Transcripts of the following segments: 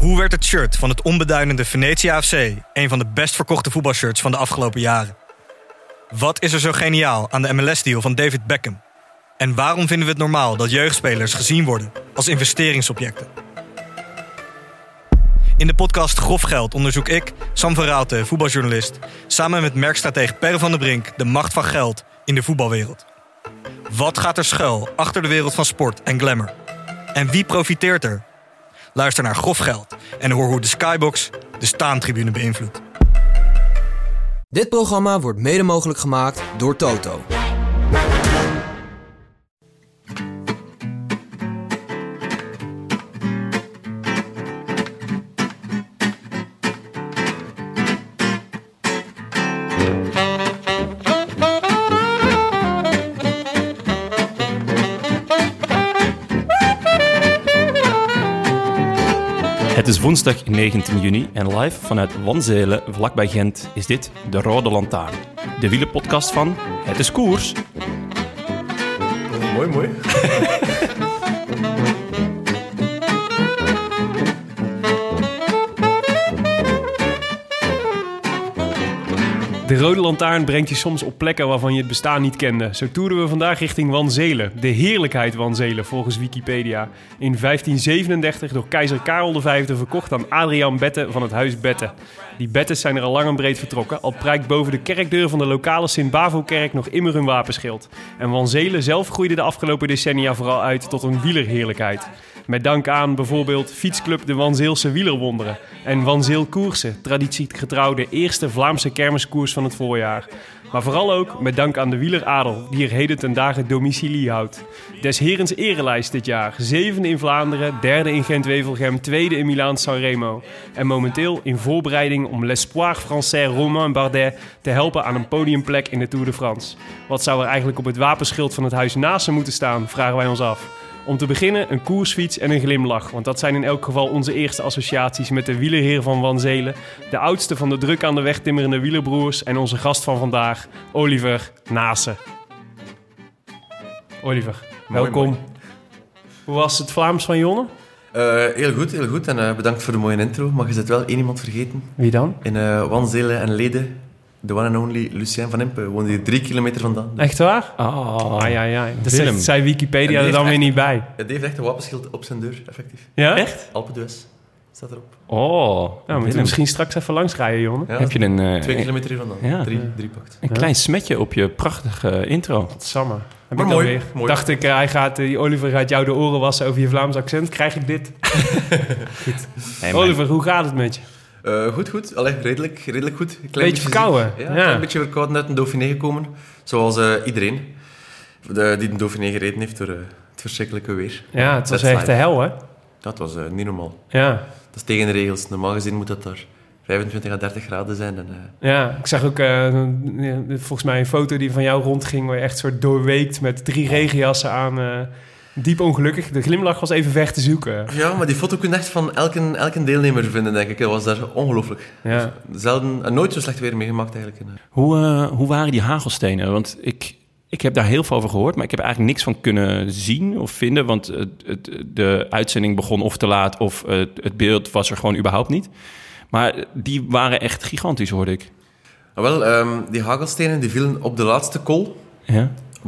Hoe werd het shirt van het onbeduidende Venetia FC een van de best verkochte voetbalshirts van de afgelopen jaren? Wat is er zo geniaal aan de MLS-deal van David Beckham? En waarom vinden we het normaal dat jeugdspelers gezien worden als investeringsobjecten? In de podcast Grof Geld onderzoek ik, Sam van Raalte, voetbaljournalist, samen met merkstratege Per van der Brink de macht van geld in de voetbalwereld. Wat gaat er schuil achter de wereld van sport en glamour? En wie profiteert er? Luister naar Grof Geld en hoor hoe de Skybox de staantribune beïnvloedt. Dit programma wordt mede mogelijk gemaakt door Toto. Het is woensdag 19 juni en live vanuit Wanzelen, vlakbij Gent, is dit de Rode Lantaarn. De wielerpodcast van Het is Koers. Mooi. De Rode Lantaarn brengt je soms op plekken waarvan je het bestaan niet kende. Zo toerden we vandaag richting Wanzelen. De heerlijkheid Wanzelen, volgens Wikipedia. In 1537 door keizer Karel V verkocht aan Adriaan Bette van het huis Bette. Die Bettes zijn er al lang en breed vertrokken, al prijkt boven de kerkdeur van de lokale Sint-Bavo-kerk nog immer hun wapenschild. En Wanzelen zelf groeide de afgelopen decennia vooral uit tot een wielerheerlijkheid. Met dank aan bijvoorbeeld fietsclub de Wanzeelse Wielerwonderen en Wanzeel Koersen, traditiegetrouw de eerste Vlaamse kermiskoers van het voorjaar. Maar vooral ook met dank aan de wieleradel, die er heden ten dagen domicilie houdt. Des Herens erelijst dit jaar, 7e in Vlaanderen, 3e in Gent-Wevelgem, 2e in Milaan-Sanremo. En momenteel in voorbereiding om l'espoir français Romain Bardet te helpen aan een podiumplek in de Tour de France. Wat zou er eigenlijk op het wapenschild van het huis Naassen moeten staan, vragen wij ons af. Om te beginnen een koersfiets en een glimlach, want dat zijn in elk geval onze eerste associaties met de wielerheer van Wanzelen, de oudste van de druk aan de weg timmerende wielerbroers en onze gast van vandaag, Oliver Naassen. Oliver, welkom. Mooi. Hoe was het Vlaams van Jonne? Heel goed. En bedankt voor de mooie intro. Maar je zit wel één iemand vergeten. Wie dan? In Wanzelen en Lede, de one and only Lucien van Impe, woonde hier 3 kilometer vandaan. Echt waar? Oh, Ja. Dat Willem. zei Wikipedia er dan weer niet bij. Het heeft echt een wapenschild op zijn deur, effectief. Ja? Echt? Alpe d'Huez staat erop. Oh, Nou, moeten we Willem. misschien straks even langs rijden, Jonne. Ja, Heb je een, 2 kilometer hier vandaan. ja. Drie pakt. een klein smetje op je prachtige intro. Sammer. Heb Maar ik mooi, dan weer. mooi. Dacht ik, die Oliver gaat jou de oren wassen over je Vlaams accent. Krijg ik dit? Nee, maar- Oliver, hoe gaat het met je? Goed. Allee, redelijk goed. Beetje verkouden? ziek. Ja. Ja, een beetje verkouden uit een Dauphiné gekomen. Zoals iedereen die de Dauphiné gereden heeft door het verschrikkelijke weer. Ja, het was That's echt de life. hel, hè? Dat was niet normaal. Ja. Dat is tegen de regels. Normaal gezien moet dat daar 25 à 30 graden zijn. En, Ja, ik zag ook volgens mij een foto die van jou rondging... waar je echt soort doorweekt met 3 regenjassen aan. Diep ongelukkig. De glimlach was even weg te zoeken. Ja, maar die foto kun je echt van elke deelnemer vinden, denk ik. Dat was daar ongelooflijk. Ja. Zelden en nooit zo slecht weer meegemaakt, eigenlijk. Hoe waren die hagelstenen? Want ik heb daar heel veel over gehoord, maar ik heb er eigenlijk niks van kunnen zien of vinden. Want de uitzending begon of te laat of het beeld was er gewoon überhaupt niet. Maar die waren echt gigantisch, hoorde ik. Die hagelstenen die vielen op de laatste kol. Ja?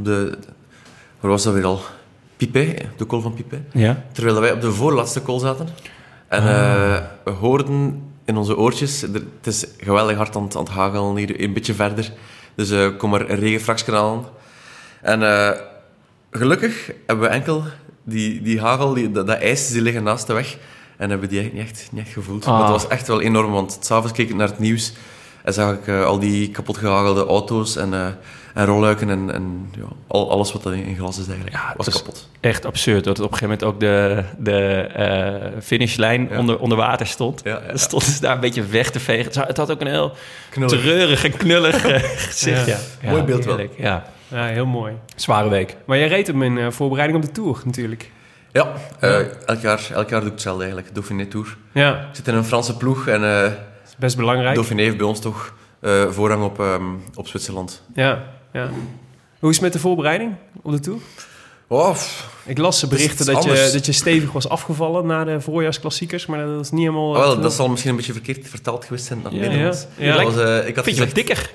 Waar was dat weer al? Pipet, de kol van Pipet. Ja? Terwijl wij op de voorlaatste kol zaten. En we hoorden in onze oortjes... Het is geweldig hard aan het hagelen hier, een beetje verder. Dus kom er een regenfraksje aan. En gelukkig hebben we enkel die hagel, dat ijs, die liggen naast de weg. En hebben die eigenlijk niet echt gevoeld. Maar het was echt wel enorm, want 's avonds keek ik naar het nieuws... En zag ik al die kapot gehagelde auto's en rolluiken en ja, alles wat in glas is eigenlijk, was kapot. Echt absurd dat het op een gegeven moment ook de finishlijn onder water stond. Ja. Stonden ze daar een beetje weg te vegen. Het had ook een heel Knullig. treurig en knullig gezicht. Ja. Ja. Mooi beeld wel. Heerlijk. Ja. Ja, heel mooi. Zware week. Maar jij reed hem in voorbereiding op de Tour, natuurlijk. Ja, elk jaar doe ik hetzelfde eigenlijk, Dauphiné Tour. Ja, Ik zit in een Franse ploeg en dat is best belangrijk. Dauphiné heeft bij ons toch voorrang op Zwitserland. Ja. Hoe is het met de voorbereiding op de Tour? Ik las de berichten dat je stevig was afgevallen na de voorjaarsklassiekers, maar dat is niet helemaal... dat zal misschien een beetje verkeerd vertaald geweest zijn. Vind je wat dikker?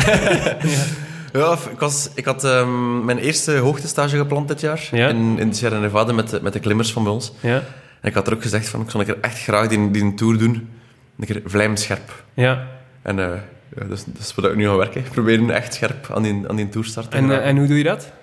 Ja, ik had mijn eerste hoogtestage gepland dit jaar. Ja? In de Sierra Nevada met de klimmers van bij ons. Ja. En ik had er ook gezegd van, ik zou een keer echt graag die tour doen. Een keer vlijmscherp. Ja. En dat is wat ik nu ga werken. Proberen echt scherp aan die tour starten. En hoe doe je dat?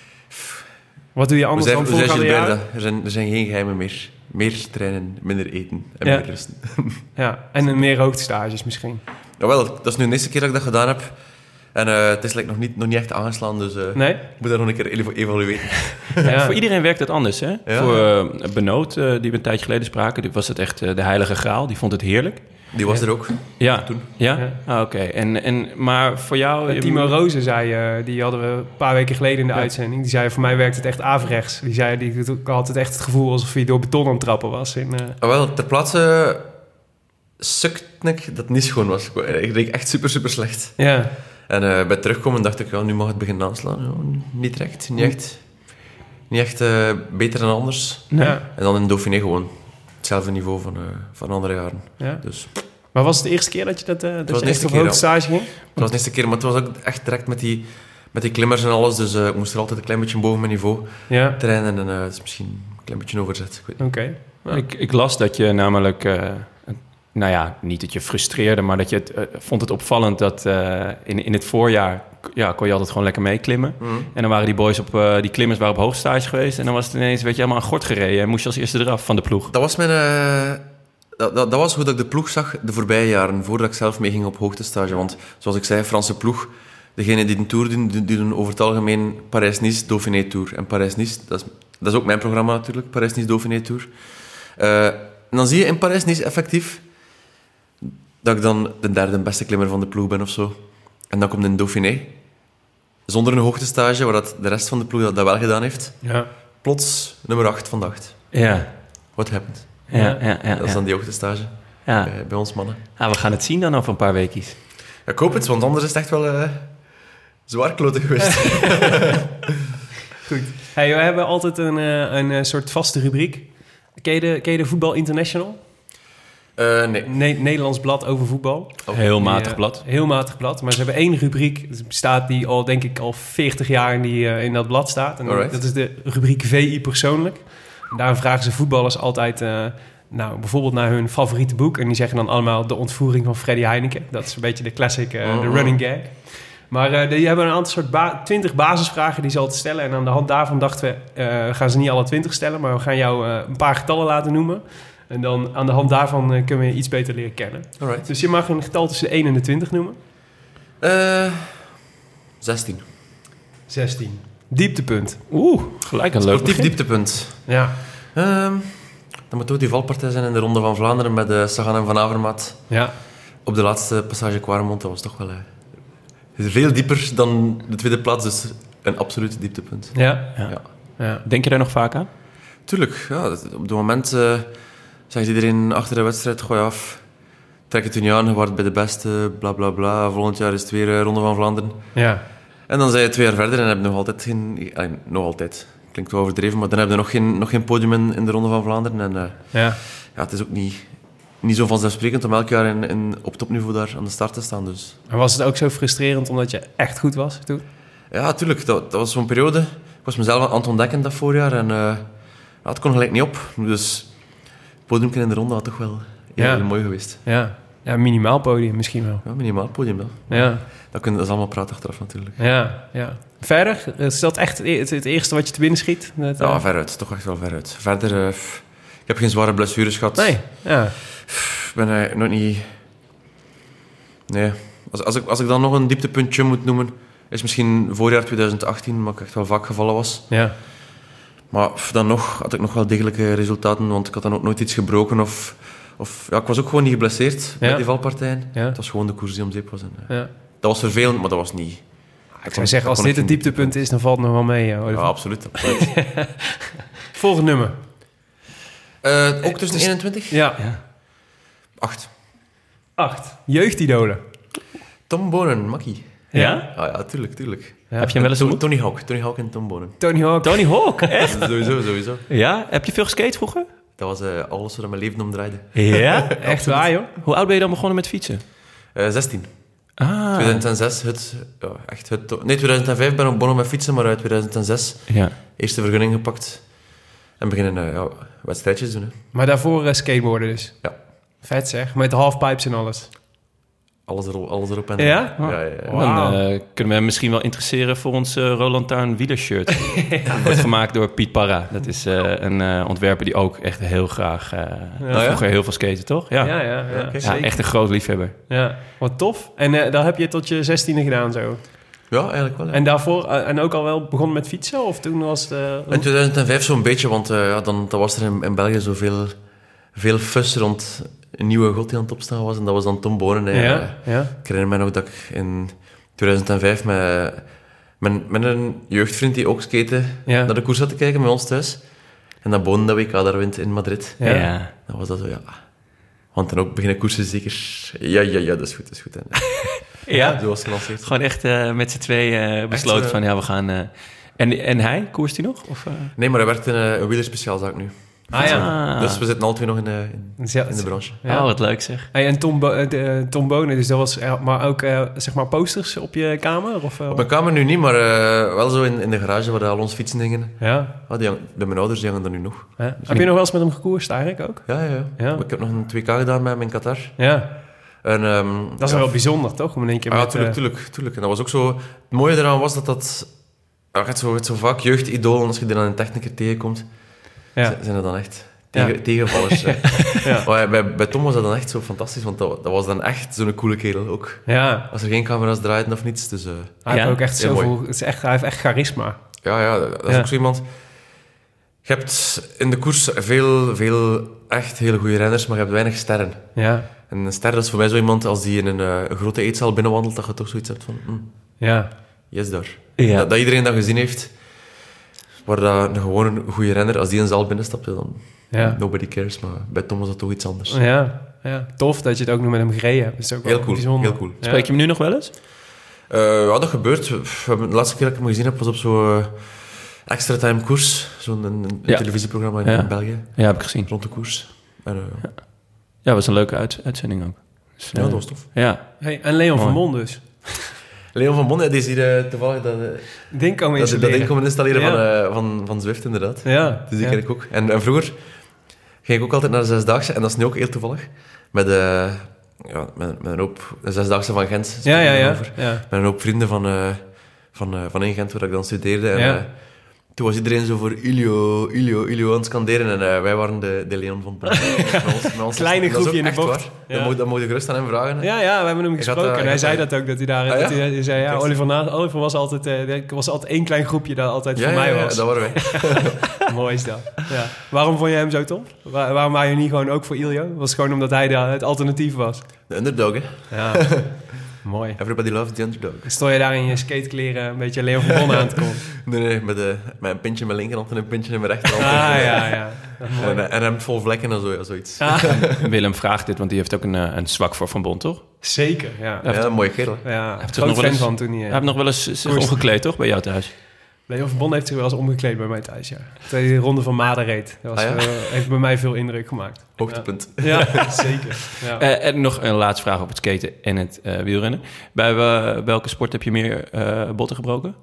Wat doe je anders dan voorgaande jaren? Er zijn geen geheimen meer. Meer trainen, minder eten en meer rusten. Ja, en meer hoogtestages misschien. Jawel, dat is nu de eerste keer dat ik dat gedaan heb. En het is nog niet echt aangeslaan, dus ik moet daar nog een keer evalueren. Voor iedereen werkt het anders, hè? Ja. Voor Benoot, die we een tijdje geleden spraken, was het echt de heilige graal. Die vond het heerlijk. Die was er ook toen. Ja? Ah, oké. Maar voor jou... Timo Rozen zei, die hadden we een paar weken geleden in de uitzending. Die zei, voor mij werkt het echt averechts. Die had het echt het gevoel alsof hij door beton aan het trappen was. Wel, ter plaatse sukte ik dat het niet schoon was. Ik reed echt super, super slecht. Ja. En bij terugkomen dacht ik, nu mag het beginnen aanslaan. Ja, niet recht, niet echt beter dan anders. Ja. En dan in Dauphiné gewoon hetzelfde niveau van andere jaren. Ja. Dus. Maar was het de eerste keer dat je echt op hoogtestage ging? Het was de eerste keer, maar het was ook echt direct met die klimmers en alles. Dus ik moest er altijd een klein beetje boven mijn niveau trainen. En het is misschien een klein beetje overzet. Oké. Ja. Ik las dat je namelijk... niet dat je frustreerde, maar dat je vond het opvallend dat in het voorjaar kon je altijd gewoon lekker meeklimmen. Mm. En dan waren die boys die klimmers waren op hoogtestage geweest. En dan was het ineens, werd je helemaal aan gort gereden en moest je als eerste eraf van de ploeg. Dat was dat was hoe dat ik de ploeg zag de voorbije jaren, voordat ik zelf meeging op hoogtestage. Want zoals ik zei, Franse ploeg, degenen die een tour doen, die doen over het algemeen Parijs-Nice, Dauphiné Tour. En Parijs-Nice, dat is ook mijn programma natuurlijk, Parijs-Nice, Dauphiné Tour. En dan zie je in Parijs-Nice effectief dat ik dan de derde beste klimmer van de ploeg ben of zo. En dan komt in Dauphiné, zonder een hoogtestage, waar de rest van de ploeg dat wel gedaan heeft, plots nummer 8 van de 8. Ja. What happened? Ja. Dat is dan die hoogtestage bij ons mannen. We gaan het zien dan over een paar weekjes. Ja, ik hoop het, want anders is het echt wel zwaar kloten geweest. Goed. Hey, we hebben altijd een soort vaste rubriek. Ken je de Voetbal International? Nee. Nederlands blad over voetbal. Heel matig blad. Heel matig blad. Maar ze hebben één rubriek, bestaat die al, denk ik, al 40 jaar in dat blad staat. En dat is de rubriek VI persoonlijk. En daarin vragen ze voetballers altijd bijvoorbeeld naar hun favoriete boek. En die zeggen dan allemaal De Ontvoering van Freddy Heineken. Dat is een beetje de classic, de running gag. Maar die hebben een aantal soort 20 basisvragen die ze altijd stellen. En aan de hand daarvan dachten we, gaan ze niet alle 20 stellen, maar we gaan jou een paar getallen laten noemen. En dan aan de hand daarvan kunnen we je iets beter leren kennen. Alright. Dus je mag een getal tussen de 1 en de 20 noemen. 16. 16. Dieptepunt. Gelijk een leuk sportief dieptepunt. Ja. Dan moet ook die valpartij zijn in de Ronde van Vlaanderen met Sagan en Van Avermaet. Ja. Op de laatste passage Quaremont, dat was toch wel veel dieper dan de tweede plaats, dus een absoluut dieptepunt. Ja. Denk je daar nog vaak aan? Tuurlijk, ja. Op het moment zegt iedereen achter de wedstrijd, trek het u niet aan, je wordt bij de beste, bla bla bla. Volgend jaar is het weer Ronde van Vlaanderen. Ja. En dan zijn je 2 jaar verder en heb je nog altijd geen... nog altijd, klinkt wel overdreven, maar dan heb je nog geen podium in de Ronde van Vlaanderen. En het is ook niet zo vanzelfsprekend om elk jaar op topniveau daar aan de start te staan. Dus. Maar was het ook zo frustrerend omdat je echt goed was toen? Ja, tuurlijk. Dat was zo'n periode. Ik was mezelf aan het ontdekken dat voorjaar en het kon gelijk niet op. Dus het podium in de ronde had toch wel heel mooi geweest. Ja, minimaal podium misschien wel. Ja, minimaal podium wel. Ja. Dat is allemaal praat achteraf natuurlijk. Ja. Verder? Is dat echt het eerste wat je te binnen schiet? Ja, veruit. Toch echt wel veruit. Verder, ik heb geen zware blessures gehad. Nee, ja. Ik ben nog niet... Nee. Als ik dan nog een dieptepuntje moet noemen, is misschien voorjaar 2018, waar ik echt wel vaak gevallen was. Ja. Maar dan nog had ik nog wel degelijke resultaten, want ik had dan ook nooit iets gebroken of ik was ook gewoon niet geblesseerd met die valpartijen. Ja. Het was gewoon de koers die om zeep was. Dat was vervelend, maar dat was niet... Ik zou zeggen, als dit het dieptepunt is, dan valt het nog wel mee. Ja, absoluut. Volgende nummer. Ook tussen 21? Ja. 8. 8. Jeugdidolen. Tom Bonen, Makkie. Ja? Ja, tuurlijk. Ja. Heb je hem wel eens ontmoet? Tony Hawk en Tom Bonen. Tony Hawk. Tony Hawk, echt? Sowieso. Ja? Heb je veel geskate vroeger? Dat was alles waar mijn leven om draaide. Ja? Echt waar, joh? Hoe oud ben je dan begonnen met fietsen? 16. Ah. 2006, 2005 ben ik begonnen met fietsen, maar uit 2006 Ja. eerste vergunning gepakt. En beginnen wedstrijdjes doen. Hè. Maar daarvoor skateboarden dus. Ja. Vet zeg, met halfpipes en alles. Alles erop en Ja? Ja. Wauw. Dan kunnen we hem misschien wel interesseren voor ons Roland Taarn wielershirt. Dat wordt gemaakt door Piet Parra. Dat is een ontwerper die ook echt heel graag... vroeger heel veel skaten, toch? Ja, Ja, Oké. Ja, zeker. echt een groot liefhebber. Ja, wat tof. En dat heb je tot je 16e gedaan zo. Ja, eigenlijk wel. Ja. En daarvoor, en ook al wel begonnen met fietsen? Of toen was het... In 2005 zo'n beetje, want dan was er in België zoveel veel fuss rond een nieuwe god die aan het opstaan was. En dat was dan Tom Bonen. ja. Ik herinner me nog dat ik in 2005 met een jeugdvriend die ook skaten Ja. naar de koers had te kijken bij ons thuis. En dat Bonen dat WK daar wint in Madrid. Ja. Dan was dat zo, ja. Want dan ook beginnen koersen zeker... Ja, dat is goed. En, zo was het gelanceerd. Gewoon echt met z'n twee besloten van, ja, we gaan... En hij, koerst hij nog? Of, Nee, maar hij werkt in een wielerspeciaalzaak nu. Ah ja. Dus we zitten alle twee nog in de branche. Ja. Oh, wat leuk zeg. Hey, en Tom Bonen, dus dat was... maar ook, zeg maar, posters op je kamer? Of, Op mijn kamer nu niet, maar wel zo in de garage waar al onze fietsen hingen. Ja. Bij mijn ouders die hangen er nu nog. Ja. Heb je nog wel eens met hem gekoerst eigenlijk ook? Ja. Ja. Ik heb nog een 2K gedaan met hem in Qatar. Ja. En, Dat is wel bijzonder, toch? Om in één keer met... tuurlijk. En dat was ook zo... Het mooie eraan was dat... Je hebt zo vaak jeugdidolen, als je die dan een techniker tegenkomt, zijn dat dan echt tegenvallers. Ja. Maar bij Tom was dat dan echt zo fantastisch, want dat was dan echt zo'n coole kerel ook. Ja. Als er geen camera's draaiden of niets, dus... Hij heeft ook echt heel zoveel... mooi. Hij heeft echt charisma. Ja, dat is ook zo iemand... Je hebt in de koers veel echt hele goede renners, maar je hebt weinig sterren. Ja. En een ster is voor mij zo iemand, als die in een grote eetzaal binnenwandelt, dat je toch zoiets hebt van... Ja. Yes, daar. Ja. Dat iedereen dat gezien heeft, waar dat gewoon een goede renner, als die een zaal binnenstapte, dan nobody cares. Maar bij Tom was dat toch iets anders. Ja. Tof dat je het ook nog met hem gereden hebt. Dat is ook Heel wel cool, bijzonder. heel cool. Ja. Spreek je hem nu nog wel eens? Ja, dat gebeurt. De laatste keer dat ik hem gezien heb, was op zo'n extra time koers. Zo'n televisieprogramma in België. Ja, heb ik gezien. Rond de koers. En, Ja, dat was een leuke uitzending ook. Dus, dat was tof. Ja. Hey, en Leon Mooi. van Mon dus. Leon van Bon, die is hier toevallig Ding komen dat installeren. ding komen installeren Ja. van Zwift, inderdaad. Ja. Dus die ken ik ook. En vroeger ging ik ook altijd naar de Zesdaagse, en dat is nu ook heel toevallig, met een hoop... De Zesdaagse van Gent. Ja. Over. Met een hoop vrienden van in Gent, waar ik dan studeerde. En, Ja. toen was iedereen zo voor Ilio aan het scanderen, en wij waren de Leon van Bon. Met ons Kleine dat is ook groepje in de echt bocht. waar. Ja. Dat moet je gerust aan hem vragen. Hè. Ja, we hebben hem gesproken. En hij zei dat ook, dat hij daar... Ah, ja? dat hij zei, ja, Kijk. Oliver was altijd één klein groepje dat altijd voor mij was. dat waren wij. Mooi is dat. Ja. Waarom vond je hem zo tof? Waarom waren je niet gewoon ook voor Ilio? Was het gewoon omdat hij het alternatief was? De underdog, hè. Ja, mooi. Everybody loves the underdog. Stond je daar in je skatekleren een beetje Leon van Bon aan te komen? Nee, met een pintje in mijn linkerhand en een pintje in mijn rechterhand. Ja. Dat is mooi. En een hemd vol vlekken en zo, zoiets. Willem vraagt dit, want die heeft ook een zwak voor Van Bon, toch? Zeker, ja. Ja, een mooie kerel. Ja, toch groot nog wel fan eens- van toen hij... Hij heeft nog wel eens zich omgekleed, toch? Bij jou thuis? Leon van Bon heeft zich wel eens omgekleed bij mij thuis, ja. Toen hij de Ronde van Maden reed. Dat was, heeft bij mij veel indruk gemaakt. Hoogtepunt. Ja, zeker. Ja. En nog een laatste vraag op het skaten en het wielrennen. Bij welke sport heb je meer botten gebroken?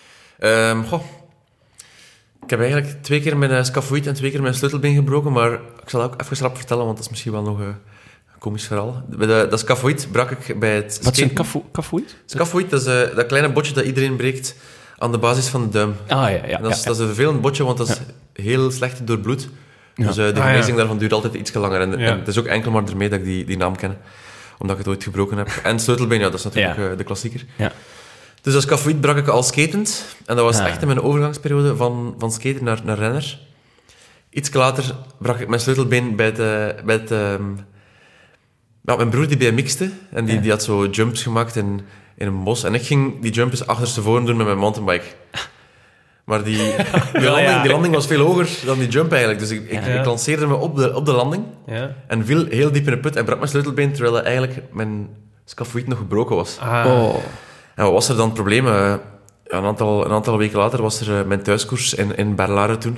Ik heb eigenlijk 2 keer mijn scafoïd en 2 keer mijn sleutelbeen gebroken, maar ik zal dat ook even rap vertellen, want dat is misschien wel nog een komisch verhaal. Bij dat scafoïd brak ik bij het Wat is een skaten. kafoeit? Scafoïd, dat is dat kleine botje dat iedereen breekt aan de basis van de duim. Ah, ja. En dat is een vervelend botje, want dat is heel slecht door bloed. Ja. Dus de Ah, genezing daarvan duurt altijd iets langer. En Ja. het is ook enkel maar ermee dat ik die naam ken. Omdat ik het ooit gebroken heb. En sleutelbeen, ja, dat is natuurlijk de klassieker. Ja. Dus als scafoïd brak ik al skatend. En dat was Ah. echt in mijn overgangsperiode van skater naar renner. Iets later brak ik mijn sleutelbeen bij het mijn broer die BMX'te. En die had zo jumps gemaakt in een bos. En ik ging die jumps achterstevoren doen met mijn mountainbike. Maar die landing was veel hoger dan die jump eigenlijk. Dus ik lanceerde me op de landing. Ja. En viel heel diep in de put en brak mijn sleutelbeen, terwijl eigenlijk mijn scafoïd nog gebroken was. Ah. Oh. En wat was er dan het probleem? een aantal weken later was er mijn thuiskoers in Berlaren toen.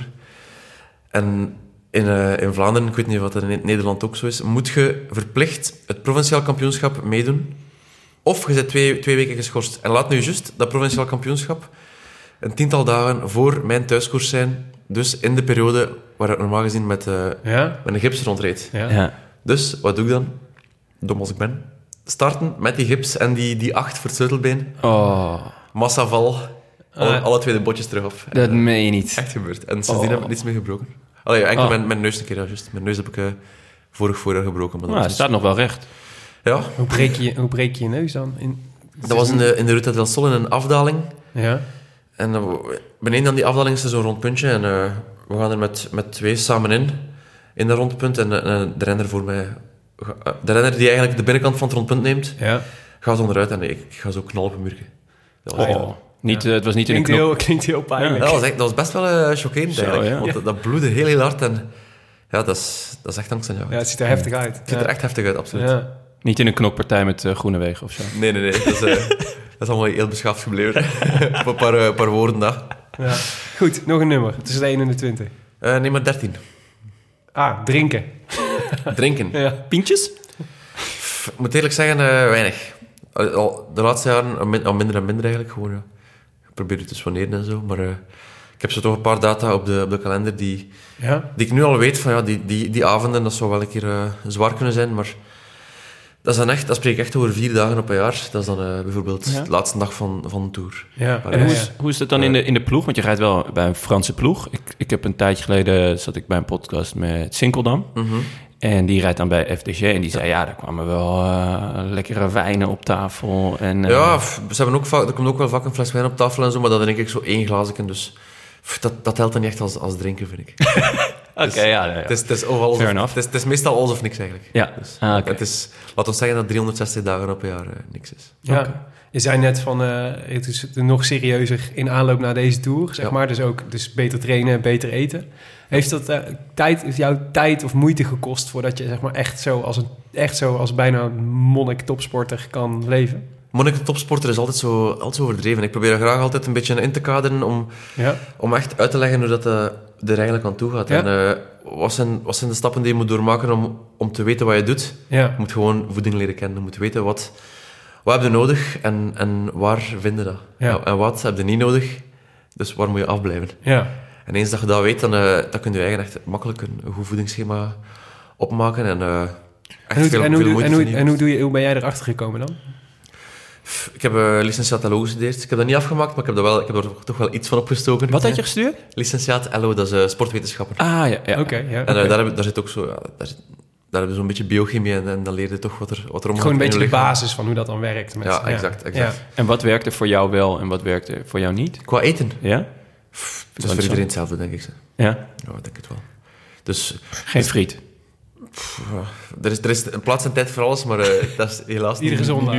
En in Vlaanderen, ik weet niet of dat in Nederland ook zo is, moet je verplicht het provinciaal kampioenschap meedoen. Of je bent twee weken geschorst. En laat nu juist dat provinciaal kampioenschap een 10-tal dagen voor mijn thuiskoers zijn. Dus in de periode waar ik normaal gezien met een gips rondreed. Ja. Ja. Dus, wat doe ik dan? Dom als ik ben. Starten met die gips en die 8 voor het sleutelbeen. Oh, Massaval. Alle 2 de botjes terug op. dat meen je niet. Echt gebeurd. En sindsdien heb ik niets meer gebroken. Allee, enkel mijn neus een keer, juist. Mijn neus heb ik vorig voorjaar gebroken. Maar dat Nou, was het staat nog wel recht. Ja, Hoe breek je je neus dan? dat was in de Ruta del Sol in een afdaling. Ja. En beneden aan die afdaling is er zo'n rondpuntje. En we gaan er met 2 samen in dat rondpunt. En de renner voor mij... De renner die eigenlijk de binnenkant van het rondpunt neemt, Ja. gaat onderuit en ik ga zo knallen op een muurtje. Dat was echt... Niet, het was niet in een knop. Klinkt heel pijnlijk. Dat was best wel chockerend Zo, eigenlijk. ja. Want dat bloedde heel hard en... Ja, dat is echt angstaanjagend. Ja, het ziet er heftig uit. Het ziet er echt heftig uit, absoluut. Ja. Niet in een knokpartij met Groenewegen of zo. Nee. Dat is allemaal heel beschaafd gebleven. Op een paar woorden daar. Ja. Goed, nog een nummer. Tussen de 1 en de 20. Nee, maar 13. Drinken. Drinken. Ja. Pintjes? Ik moet eerlijk zeggen, weinig. Al de laatste jaren al minder en minder eigenlijk. Gewoon, ja. Ik probeer het te soigneren en zo. Maar ik heb zo toch een paar data op de kalender die ik nu al weet van ja, die avonden, dat zou wel een keer zwaar kunnen zijn. Maar dat spreek ik echt over 4 dagen op een jaar. Dat is dan bijvoorbeeld de laatste dag van de tour. Ja. En hoe is het dan in de ploeg? Want je rijdt wel bij een Franse ploeg. Ik heb een tijdje geleden zat ik bij een podcast met Sinkeldam. Mm-hmm. En die rijdt dan bij FDG. En die zei, ja, daar kwamen wel lekkere wijnen op tafel. En, Ja, ze hebben ook er komt ook wel vaak een fles wijn op tafel en zo, maar dat denk ik zo 1 glaasje. Dus dat telt dan niet echt als drinken, vind ik. Oké, ja. Het is overal Fair enough. Het is meestal alles of niks eigenlijk. Ja. Dus, Oké. het is, laat ons zeggen dat 360 dagen op een jaar niks is. Ja. Oké. Je zei net van, het is nog serieuzer in aanloop naar deze tour, zeg Ja. maar. Dus beter trainen, beter eten. Heeft dat heeft jou tijd of moeite gekost voordat je zeg maar echt zo als bijna een monnik topsporter kan leven? Monnik de topsporter is altijd zo overdreven. Ik probeer er graag altijd een beetje in te kaderen om echt uit te leggen hoe dat er eigenlijk aan toe gaat. Ja. En wat zijn de stappen die je moet doormaken om te weten wat je doet? Ja. Je moet gewoon voeding leren kennen. Je moet weten wat heb je nodig en waar vind je dat? Ja. En wat heb je niet nodig? Dus waar moet je afblijven? Ja. En eens dat je dat weet, dan kun je eigenlijk echt makkelijk een goed voedingsschema opmaken. En hoe ben jij erachter gekomen dan? Ik heb licentiaat LO gestudeerd. Ik heb dat niet afgemaakt, maar ik heb er toch wel iets van opgestoken. Wat had je gestudeerd? Licentiaat LO, dat is sportwetenschappen. Ah, ja. Oké. En daar zit ook zo... Ja, daar heb je zo'n beetje biochemie en dan leer je toch wat er omgaat. Gewoon een beetje de lichaam. basis van hoe dat dan werkt. Ja, exact. Ja. En wat werkte voor jou wel en wat werkte voor jou niet? Qua eten. Ja? Het is voor iedereen hetzelfde, denk ik. Ja? Ja, ik denk het wel. Dus Geen friet. er is een plaats en tijd voor alles, maar dat is helaas niet... Iedere zondag.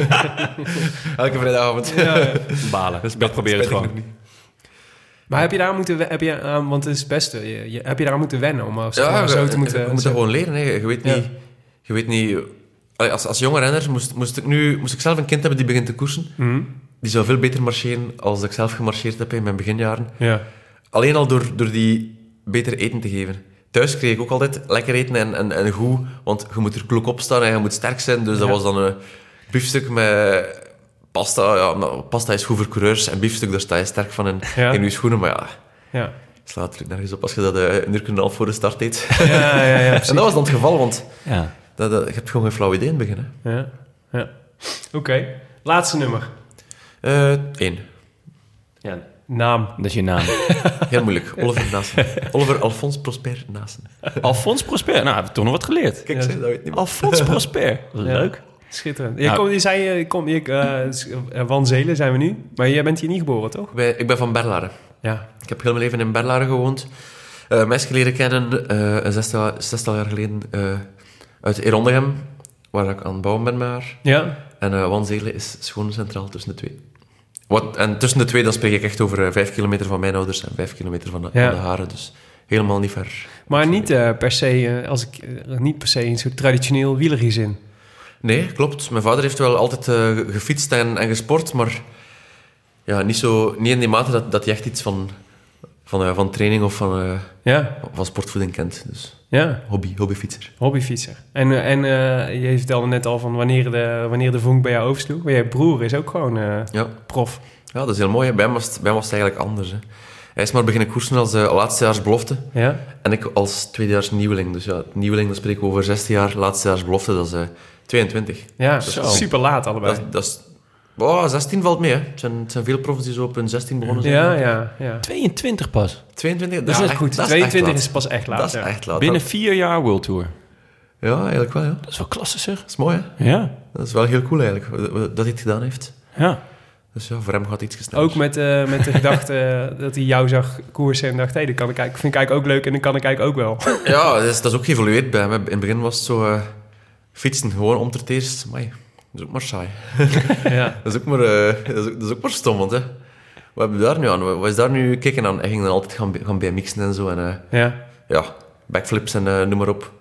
Elke vrijdagavond. Ja. Balen. Dat probeer het gewoon. Maar heb je daar want het is het beste, heb je daar aan moeten wennen om zo te moeten... Je moet dat gewoon leren. Hè. Je weet niet... Allee, als jonge renner moest ik zelf een kind hebben die begint te koersen. Mm-hmm. Die zou veel beter marcheren als ik zelf gemarcheerd heb in mijn beginjaren. Ja. Alleen al door die beter eten te geven. Thuis kreeg ik ook altijd lekker eten en goed, want je moet er klok op staan en je moet sterk zijn. Dus dat was dan een biefstuk met pasta. Ja, pasta is goed voor coureurs en biefstuk, daar sta je sterk van in je schoenen. Maar ja, slaat natuurlijk nergens op als je dat een uur en een half voor de start eet. Ja, En dat was dan het geval, want Ja. je hebt gewoon geen flauw idee in het begin. Hè. Ja. Oké. Laatste nummer. 1. Ja. Naam. Dat is je naam. Heel moeilijk. Oliver Nassen. Oliver Alphonse Prosper Nassen. Alphonse Prosper. Nou, hebben we toch nog wat geleerd. Kijk, dat weet niemand. Alphonse Prosper. Leuk. Schitterend. Nou. Je zei, Wanzelen zijn we nu, maar jij bent hier niet geboren, toch? Ik ben van Berlaren. Ja. Ik heb heel mijn leven in Berlaren gewoond. Meisje leren kennen, een zestal jaar geleden, uit Erondegem, waar ik aan het bouwen ben met haar. Ja? En Wanzelen is gewoon centraal tussen de twee. En tussen de twee, dan spreek ik echt over 5 kilometer van mijn ouders en 5 kilometer van de haren. Dus helemaal niet ver. Maar niet per se, niet per se in zo'n traditioneel wielergezin. Nee, klopt. Mijn vader heeft wel altijd gefietst en gesport, maar ja, niet in die mate dat je echt iets van training of van sportvoeding kent. Dus hobbyfietser. Hobbyfietser. En je vertelde net al van wanneer de vonk bij jou oversloeg. Maar je broer is ook gewoon prof. Ja, dat is heel mooi. Hè. Bij hem was het eigenlijk anders. Hè. Hij is maar beginnen koersen als laatstejaars belofte. Ja. En ik als tweedejaars nieuweling. Dus ja, nieuweling, dan spreken we over 16 jaar. Laatstejaars belofte, dat is 22. Ja, super laat allebei. Dat is 16 valt mee, hè. Het zijn veel profs die zo op hun 16 begonnen zijn. Ja. 22 pas. 22? Dat is echt goed. 22 is pas echt laat. Dat is echt laat. Binnen 4 jaar World Tour. Ja, eigenlijk wel, ja. Dat is wel klasse, zeg. Dat is mooi, hè? Ja. Dat is wel heel cool, eigenlijk, dat hij het gedaan heeft. Ja. Dus ja, voor hem gaat het iets sneller. Ook met de gedachte dat hij jou zag koersen en dacht, dat vind ik eigenlijk ook leuk en dan kan ik eigenlijk ook wel. Ja, dat is ook geëvolueerd bij hem. In het begin was het zo fietsen, gewoon om het eerst. Amai, dat is ook maar saai. Ja. dat is ook maar stom, want hè. Wat hebben we daar nu aan? Wat is daar nu kijken aan? Hij ging dan altijd gaan BMX'en en zo. En, backflips en noem maar op.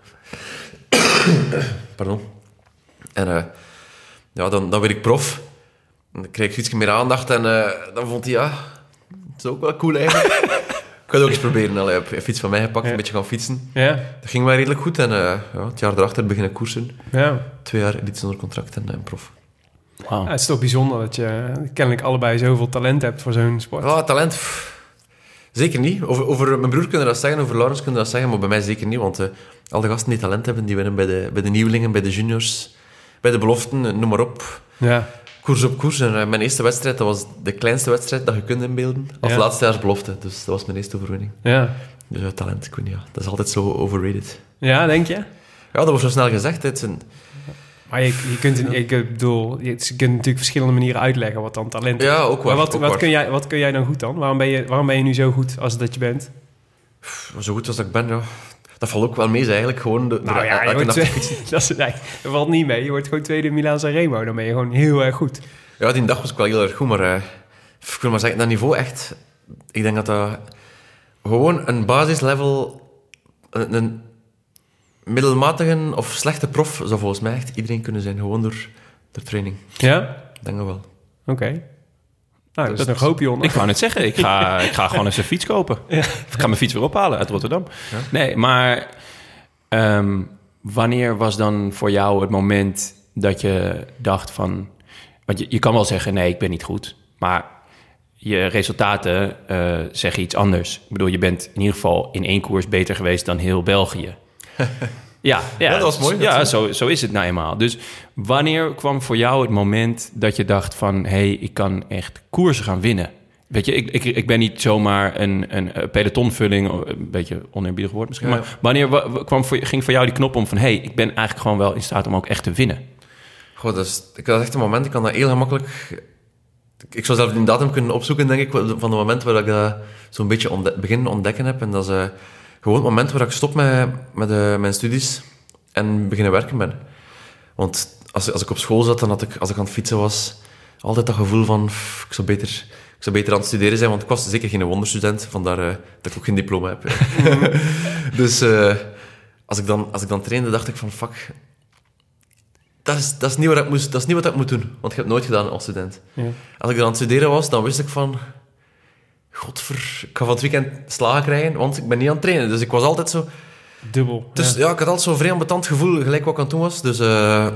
Pardon. En dan werd ik prof. Dan kreeg ik iets meer aandacht en dan vond hij, het is ook wel cool eigenlijk. Ik ga het ook eens proberen. Allee, heb een fiets van mij gepakt, een beetje gaan fietsen. Ja. Dat ging wel redelijk goed en het jaar erachter beginnen koersen. Ja. 2 jaar editie zonder contract en prof. Wow. Ja, het is toch bijzonder dat je kennelijk allebei zoveel talent hebt voor zo'n sport. Ja, talent... Zeker niet. Over mijn broer kunnen dat zeggen, over Laurens kunnen dat zeggen, maar bij mij zeker niet, want al de gasten die talent hebben, die winnen bij de nieuwelingen, bij de juniors, bij de beloften, noem maar op. Ja. Koers op koers. En mijn eerste wedstrijd, dat was de kleinste wedstrijd dat je kunt inbeelden, als laatstejaars belofte. Dus dat was mijn eerste overwinning. Ja. Dus talent, ik weet niet, dat is altijd zo overrated. Ja, denk je? Ja, dat wordt zo snel gezegd. Het is maar je kunt natuurlijk verschillende manieren uitleggen wat dan talent is. Ja, ook wel. Maar wat kun jij dan goed dan? Waarom ben je nu zo goed als dat je bent? Zo goed als dat ik ben, ja. Dat valt ook wel mee, eigenlijk. Gewoon dat valt niet mee. Je wordt gewoon tweede in Milaan Sanremo. Dan ben je gewoon heel erg goed. Ja, die dag was ik wel heel erg goed, maar ik wil maar zeggen, dat niveau echt... Ik denk dat gewoon een basislevel... Een middelmatige of slechte prof zou volgens mij echt iedereen kunnen zijn, gewoon door training. Ja? Ik denk dat wel. Oké. Nou, dat is nog hoop, Jon. Ik wou net zeggen, ik ga gewoon eens een fiets kopen. Ja. Ik ga mijn fiets weer ophalen uit Rotterdam. Ja. Nee, maar wanneer was dan voor jou het moment dat je dacht van... Want je kan wel zeggen, nee, ik ben niet goed. Maar je resultaten zeggen iets anders. Ik bedoel, je bent in ieder geval in 1 koers beter geweest dan heel België. Ja, dat was mooi. Ja, zo is het nou eenmaal. Dus wanneer kwam voor jou het moment dat je dacht van... hey, ik kan echt koersen gaan winnen? Weet je, ik ben niet zomaar een pelotonvulling... een beetje oneerbiedig woord misschien... Ja. Maar wanneer ging voor jou die knop om van... hey, ik ben eigenlijk gewoon wel in staat om ook echt te winnen? Goh, dat is echt een moment... Ik kan dat heel gemakkelijk... Ik zou zelf die datum kunnen opzoeken, denk ik... van het moment waar ik dat zo'n beetje begin ontdekken heb. En dat is... gewoon het moment waar ik stop met mijn studies en beginnen werken ben. Want als ik op school zat, dan had ik, als ik aan het fietsen was, altijd dat gevoel van, ik zou beter aan het studeren zijn, want ik was zeker geen wonderstudent, vandaar dat ik ook geen diploma heb. Dus als ik dan trainde, dacht ik van, fuck, dat is niet wat ik moet doen, want ik heb het nooit gedaan als student. Ja. Als ik dan aan het studeren was, dan wist ik van... ik ga van het weekend slagen krijgen, want ik ben niet aan het trainen. Dus ik was altijd zo... Dubbel. Dus ik had altijd zo'n vrij ambetant gevoel, gelijk wat ik aan het doen was. Dus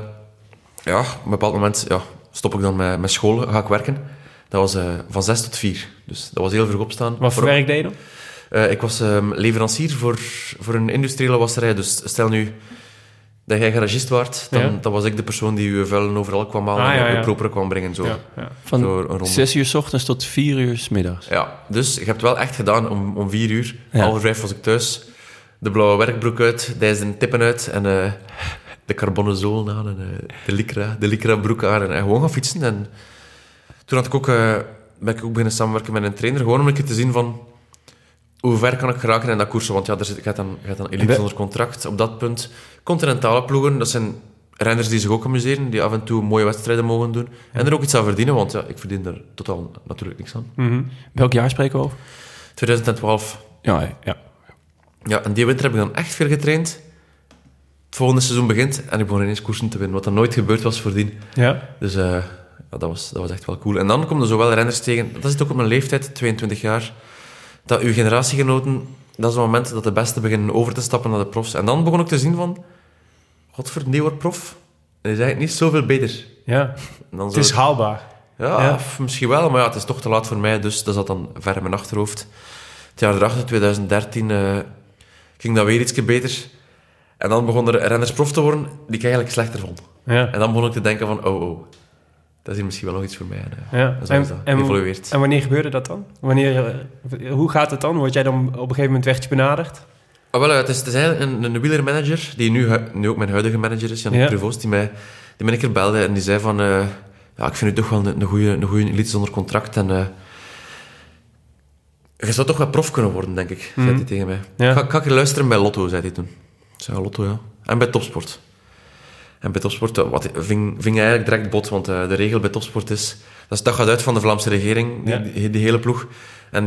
op een bepaald moment stop ik dan met school, ga ik werken. Dat was van 6 tot 4. Dus dat was heel vroeg opstaan. Wat voor werk deed je dan? Ik was leverancier voor een industriële wasserij. Dus stel nu dat jij garagist waart, dan was ik de persoon die uw vuilen overal kwam halen en uw properen kwam brengen. Zo. Ja. Ja. Van zo 6 uur 's ochtends tot 4 uur 's middags. Ja, dus je hebt het wel echt gedaan om 4 uur. Ja. 4:30 was ik thuis. De blauwe werkbroek uit, de tippen uit en de carbonnen zolen aan en de lycra broek aan en gewoon gaan fietsen. En toen ben ik ook beginnen samenwerken met een trainer, gewoon om een keer te zien van hoe ver kan ik geraken in dat koersen. Want je gaat dan elite zonder contract op dat punt. Continentale ploegen, dat zijn renners die zich ook amuseren, die af en toe mooie wedstrijden mogen doen. En er ook iets aan verdienen, want ik verdien er totaal natuurlijk niks aan. Mm-hmm. Welk jaar spreken we over? 2012. Ja. Ja, en die winter heb ik dan echt veel getraind. Het volgende seizoen begint en ik begon ineens koersen te winnen, wat dan nooit gebeurd was voordien. Ja. Dus dat was echt wel cool. En dan komen er zowel renners tegen, dat zit ook op mijn leeftijd, 22 jaar, dat uw generatiegenoten, dat is het moment dat de beste beginnen over te stappen naar de profs. En dan begon ik te zien van, godverdomme, die wordt prof. En is eigenlijk niet zoveel beter. Ja, En dan het is haalbaar. Ja, misschien wel, maar ja, het is toch te laat voor mij, dus dat zat dan ver in mijn achterhoofd. Het jaar erachter, 2013, ging dat weer ietsje beter. En dan begonnen er renners prof te worden die ik eigenlijk slechter vond. Ja. En dan begon ik te denken van, dat is hier misschien wel nog iets voor mij. Ja. En zo is dat geëvolueerd. En wanneer gebeurde dat dan? Hoe gaat het dan? Word jij dan op een gegeven moment werd je benaderd? Het is eigenlijk een wielermanager, die nu ook mijn huidige manager is, Jan Prevoost, die mij een keer belde en die zei van... ik vind u toch wel een goede elite zonder contract en... je zou toch wel prof kunnen worden, denk ik, zei hij tegen mij. Ja. Ga ik luisteren bij Lotto, zei hij toen. Ik zei, Lotto, ja. En bij Topsport. En bij Topsport ving eigenlijk direct bot, want de regel bij Topsport is... Dat gaat uit van de Vlaamse regering, die hele ploeg. En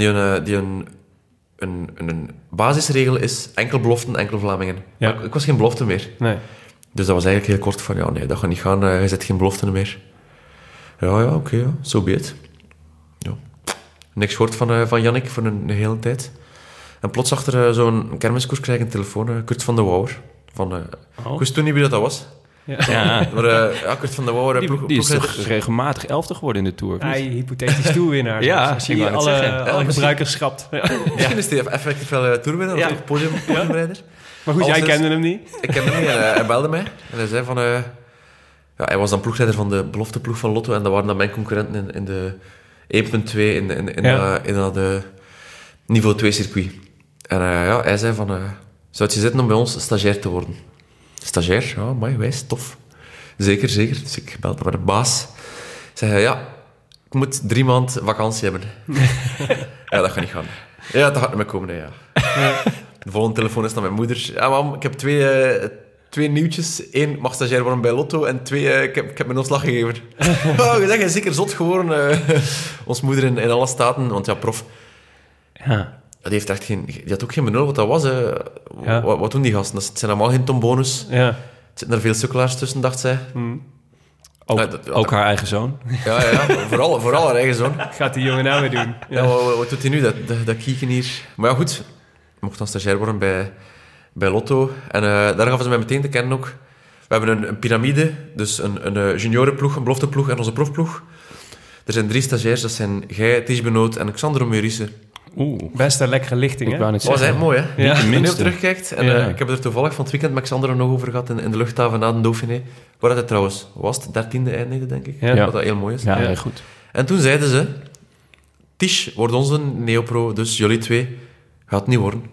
een basisregel is enkel beloften, enkel Vlamingen. Ja. Maar ik was geen belofte meer. Nee. Dus dat was eigenlijk heel kort van, nee, dat gaat niet gaan, je zet geen beloften meer. Ja, oké, so be it. Ja. Niks gehoord van Jannik voor een hele tijd. En plots achter zo'n kermiskoers krijg ik een telefoon, Kurt van de Wouwer. Ik wist toen niet wie dat was. Ja. Maar Kurt van de Wouwer... Die is toch regelmatig 11e geworden in de Tour? Hij hypothetisch toerwinnaar. Ja, als je ik wou net alle zeggen. gebruikers schrapt. Ja. Misschien is hij effectief wel toerwinnaar of toch podiumrijder. Maar goed, jij kende hem niet? Ik kende hem niet en hij belde mij. En hij zei van... hij was dan ploegleider van de belofteploeg van Lotto en dat waren dan mijn concurrenten in de 1.2 in dat niveau 2 circuit. En hij zei van... zou het je zitten om bij ons stagiair te worden? Stagiair? Ja, mooi, wijs, tof. Zeker. Dus ik belde met de baas. Ik zei, ik moet 3 maanden vakantie hebben. Ja, dat gaat niet gaan. Ja, dat gaat niet meer komen, hè, ja. De volgende telefoon is naar mijn moeder. Ja, mam, ik heb twee nieuwtjes. 1, mag stagiair worden bij Lotto. En 2, ik heb mijn ontslag gegeven. Je zegt, hij is zeker zot geworden. Ons moeder in alle staten. Want ja, prof... Ja. Die had ook geen benul wat dat was. Wat doen die gasten? Dat zijn allemaal geen tombonus. Ja. Er zitten er veel sukkelaars tussen, dacht zij. Ook haar eigen zoon. Ja. Vooral haar eigen zoon. Gaat die jongen nou weer doen? Ja, wat doet hij nu? Dat kieken hier. Maar ja, goed. Ik mocht dan stagiair worden bij Lotto. En daar gaven ze mij meteen te kennen ook. We hebben een piramide. Dus een juniorenploeg, een belofteploeg en onze profploeg. Er zijn 3 stagiairs. Dat zijn jij, Ties Benoot en Xander Meurice. Best een lekkere lichting, hè? Ik wou net Dat was zeggen. eigenlijk mooi, hè? Ja. Als je nu op terugkijkt. En Ja. ik heb er toevallig van het weekend met Xander nog over gehad in de luchthaven na de Dauphiné. Waar hij trouwens was, het 13e eindigde, denk ik. Ja. Wat dat heel mooi is. Ja, heel goed. En toen zeiden ze... Tish wordt onze neopro, dus jullie 2 gaat niet worden.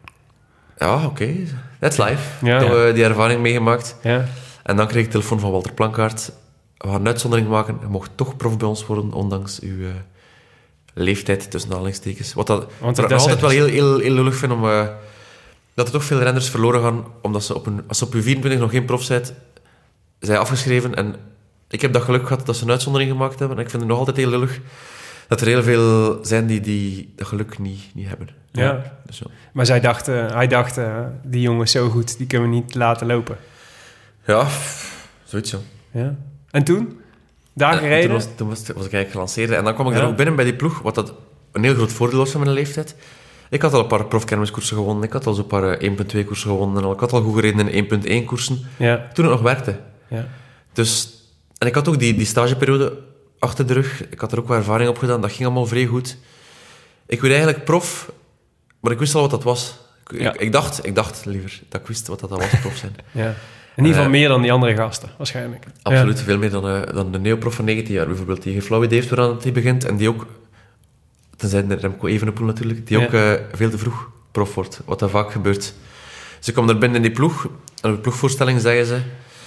Ja, oké. That's life. Ja. Toen hebben we die ervaring meegemaakt. Ja. En dan kreeg ik telefoon van Walter Plankaart. We gaan een uitzondering maken. Je mocht toch prof bij ons worden, ondanks uw... leeftijd, tussen aanhalingstekens. Wat dat Want ik dat altijd is- wel heel lullig vind, dat er toch veel renners verloren gaan, omdat ze als ze op je 24 nog geen prof zijn afgeschreven. En ik heb dat geluk gehad dat ze een uitzondering gemaakt hebben. En ik vind het nog altijd heel lullig dat er heel veel zijn die dat geluk niet hebben. Ja. Dus ja. Maar hij dacht, die jongen is zo goed, die kunnen we niet laten lopen. Ja, zoiets, ja. Ja. En toen? Daar En gereden? Toen was ik eigenlijk gelanceerd. En dan kwam ik Ja. er ook binnen bij die ploeg, wat dat een heel groot voordeel was van mijn leeftijd. Ik had al een paar profkermiskoersen gewonnen. Ik had al zo'n paar 1.2 koersen gewonnen. En ik had al goed gereden in 1.1 koersen. Ja. Toen het nog werkte. Ja. Dus, en ik had ook die stageperiode achter de rug. Ik had er ook wel ervaring op gedaan. Dat ging allemaal vrij goed. Ik werd eigenlijk prof, maar ik wist al wat dat was. Ik dacht liever dat ik wist wat dat was, prof zijn. Ja. In ieder geval meer dan die andere gasten, waarschijnlijk. Absoluut, veel meer dan de neoprof van 19 jaar bijvoorbeeld. Die geen flauw idee heeft waaraan hij begint. En die ook, tenzij de Remco Evenepoel natuurlijk, die ook veel te vroeg prof wordt. Wat dat vaak gebeurt. Dus ik kwam er binnen in die ploeg. En op de ploegvoorstelling zeggen ze...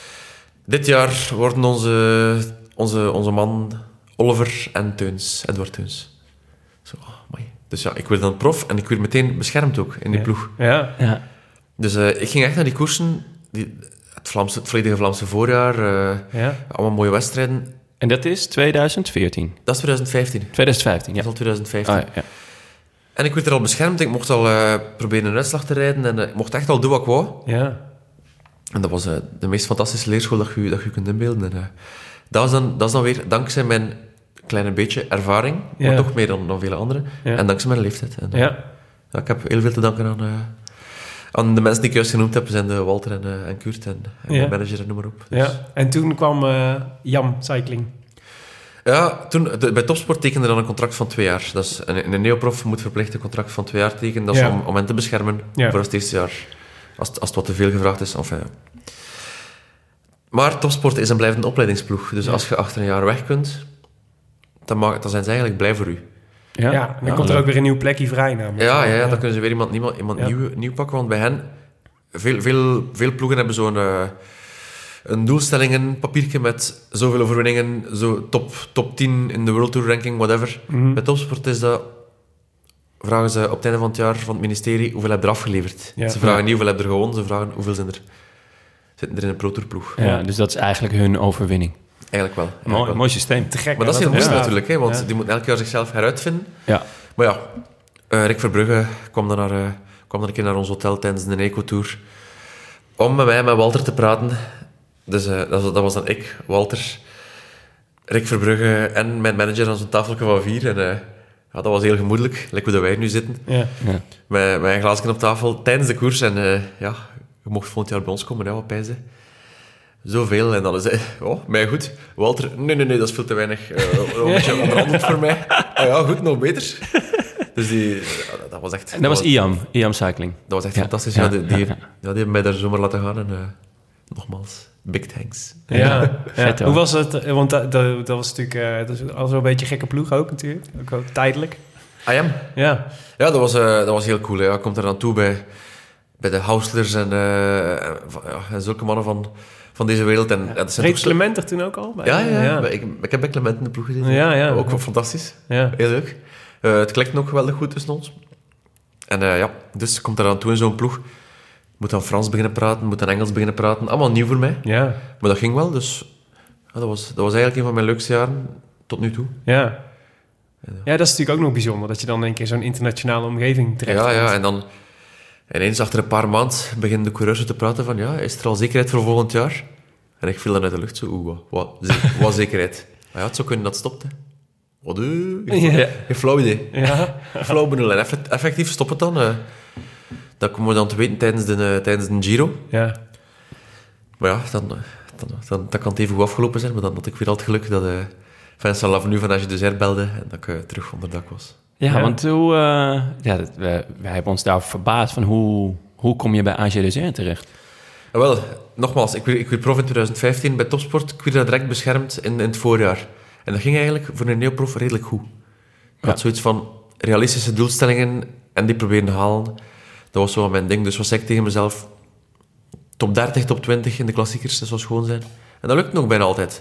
Dit jaar worden onze man Oliver en Edward Teuns. Zo, mooi. Dus ja, ik werd dan prof en ik werd meteen beschermd ook in die ploeg. Ja. Ja. Dus ik ging echt naar die koersen, het volledige Vlaamse voorjaar, allemaal mooie wedstrijden. En dat is 2014? Dat is 2015. 2015, ja. Dat is al 2015. Ah, ja. En ik werd er al beschermd, ik mocht al proberen een uitslag te rijden en ik mocht echt al doen wat ik wou. Ja. En dat was de meest fantastische leerschool dat je kunt inbeelden. En, Dat is dan weer dankzij mijn kleine beetje ervaring, Ja. maar toch meer dan vele anderen. Ja. En dankzij mijn leeftijd. En, Ja. ja, ik heb heel veel te danken aan de mensen die ik juist genoemd heb. Zijn de Walter en Kurt en Ja. mijn manager en noem maar op. Dus, Ja. En toen kwam Jam Cycling. Ja, toen, bij Topsport tekende dan een contract van 2 jaar. Dat is, een neoprof moet verplicht een contract van 2 jaar tekenen. Dat is Ja. om hen te beschermen Ja. voor het eerste jaar. Als het wat te veel gevraagd is. Enfin, ja. Maar Topsport is een blijvende opleidingsploeg. Dus als je achter een jaar weg kunt, dan zijn ze eigenlijk blij voor u. Ja, dan komt er ook weer een nieuw plekje vrij namelijk. Ja, dan kunnen ze weer iemand Ja. nieuw pakken. Want bij hen, veel ploegen hebben zo'n een doelstellingenpapiertje met zoveel overwinningen, zo top 10 in de World Tour ranking, whatever. Mhm. Bij Topsport is dat... Vragen ze op het einde van het jaar van het ministerie hoeveel heb je er afgeleverd. Ja. Ze vragen niet hoeveel heb je er gewonnen, ze vragen hoeveel zitten er in een Pro Tour ploeg. Ja, dus dat is eigenlijk hun overwinning. Eigenlijk wel. Mooi systeem. Te gek. Maar dat is hè, heel moeilijk bestaat. natuurlijk, hè, want Ja. die moeten elk jaar zichzelf heruitvinden. Ja. Maar ja, Rick Verbrugge kwam dan een keer naar ons hotel tijdens de Eco-tour om met mij en met Walter te praten. Dus dat was dan ik, Walter, Rick Verbrugge en mijn manager aan zo'n tafeltje van 4. En ja, dat was heel gemoedelijk, like hoe dat wij nu zitten. Ja. Met een glaasje op tafel tijdens de koers. En ja, je mocht volgend jaar bij ons komen, hè, wat pijzen. Zoveel. En dan is hij, oh, mij goed. Walter, nee, dat is veel te weinig. Een beetje onderhandeld voor mij. Ah ja, goed, nog beter. Dus dat was echt... En dat was IAM Cycling. Dat was echt Ja. fantastisch. Ja. Ja, die hebben mij daar zomaar laten gaan. En nogmaals, big thanks. Ja. Vet, hoor. Hoe was het? Want dat was natuurlijk dat is al zo'n beetje gekke ploeg ook natuurlijk. Ook tijdelijk. IAM? Ja. Ja, dat was heel cool. Hè. Ja, komt er aan toe bij de Houslers en zulke mannen van deze wereld. En, dat zijn Reed toch zo- Clement er toen ook al? Bij? Ja. Ik heb bij Clement in de ploeg gezeten. Ja. Ook wel fantastisch. Ja. Heel leuk. Het klikt nog geweldig goed tussen ons. En ja, dus komt er aan toe in zo'n ploeg. Moet dan Frans beginnen praten, moet dan Engels beginnen praten. Allemaal nieuw voor mij. Ja. Maar dat ging wel, dus ja, dat was eigenlijk een van mijn leukste jaren tot nu toe. Ja. Ja, dat is natuurlijk ook nog bijzonder. Dat je dan in één keer zo'n internationale omgeving terecht Ja, en dan ineens achter een paar maanden beginnen de coureurs te praten van ja, is er al zekerheid voor volgend jaar? En ik viel dan uit de lucht zo, wat zekerheid? Maar ja, het zou kunnen dat stopt, hè. Wat? Geen flauw idee. Ja. Flauw benul. En effectief stopt het dan. Dat komen we dan te weten tijdens de Giro. Ja. Maar ja, dan kan het even goed afgelopen zijn. Maar dan had ik weer al het geluk dat Vincent Lavenu van Age de Zer belde en dat ik terug onder dak was. Ja, want wij hebben ons daar verbaasd van hoe kom je bij AG Desert terecht? Wel, nogmaals, ik werd prof in 2015 bij Topsport. Ik werd daar direct beschermd in het voorjaar. En dat ging eigenlijk voor een neoprof redelijk goed. Ik had zoiets van realistische doelstellingen en die proberen te halen. Dat was zo mijn ding. Dus was ik tegen mezelf top 30, top 20 in de klassiekers. Dat zou schoon zijn. En dat lukt nog bijna altijd.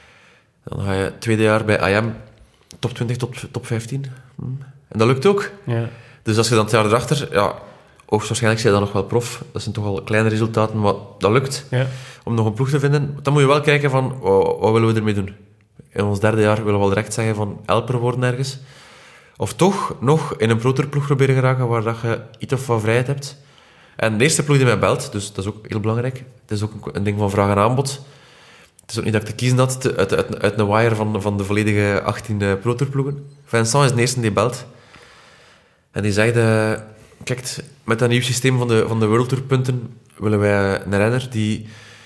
Dan ga je tweede jaar bij IAM top 20, top 15. En dat lukt ook. Ja. Dus als je dan het jaar erachter... Ja, hoogstwaarschijnlijk zijn je dan nog wel prof. Dat zijn toch al kleine resultaten, maar dat lukt. Ja. Om nog een ploeg te vinden. Dan moet je wel kijken van, wat willen we ermee doen? In ons derde jaar willen we wel direct zeggen van helper worden ergens. Of toch nog in een pro-tourploeg proberen geraken waar dat je iets of wat vrijheid hebt. En de eerste ploeg die mij belt, dus dat is ook heel belangrijk. Het is ook een ding van vraag en aanbod. Het is ook niet dat ik te kiezen had uit een wire van de volledige 18 pro-tourploegen. Vincent is de eerste die belt. En die zegt, kijk, met dat nieuw systeem van de World Tour punten willen wij een renner die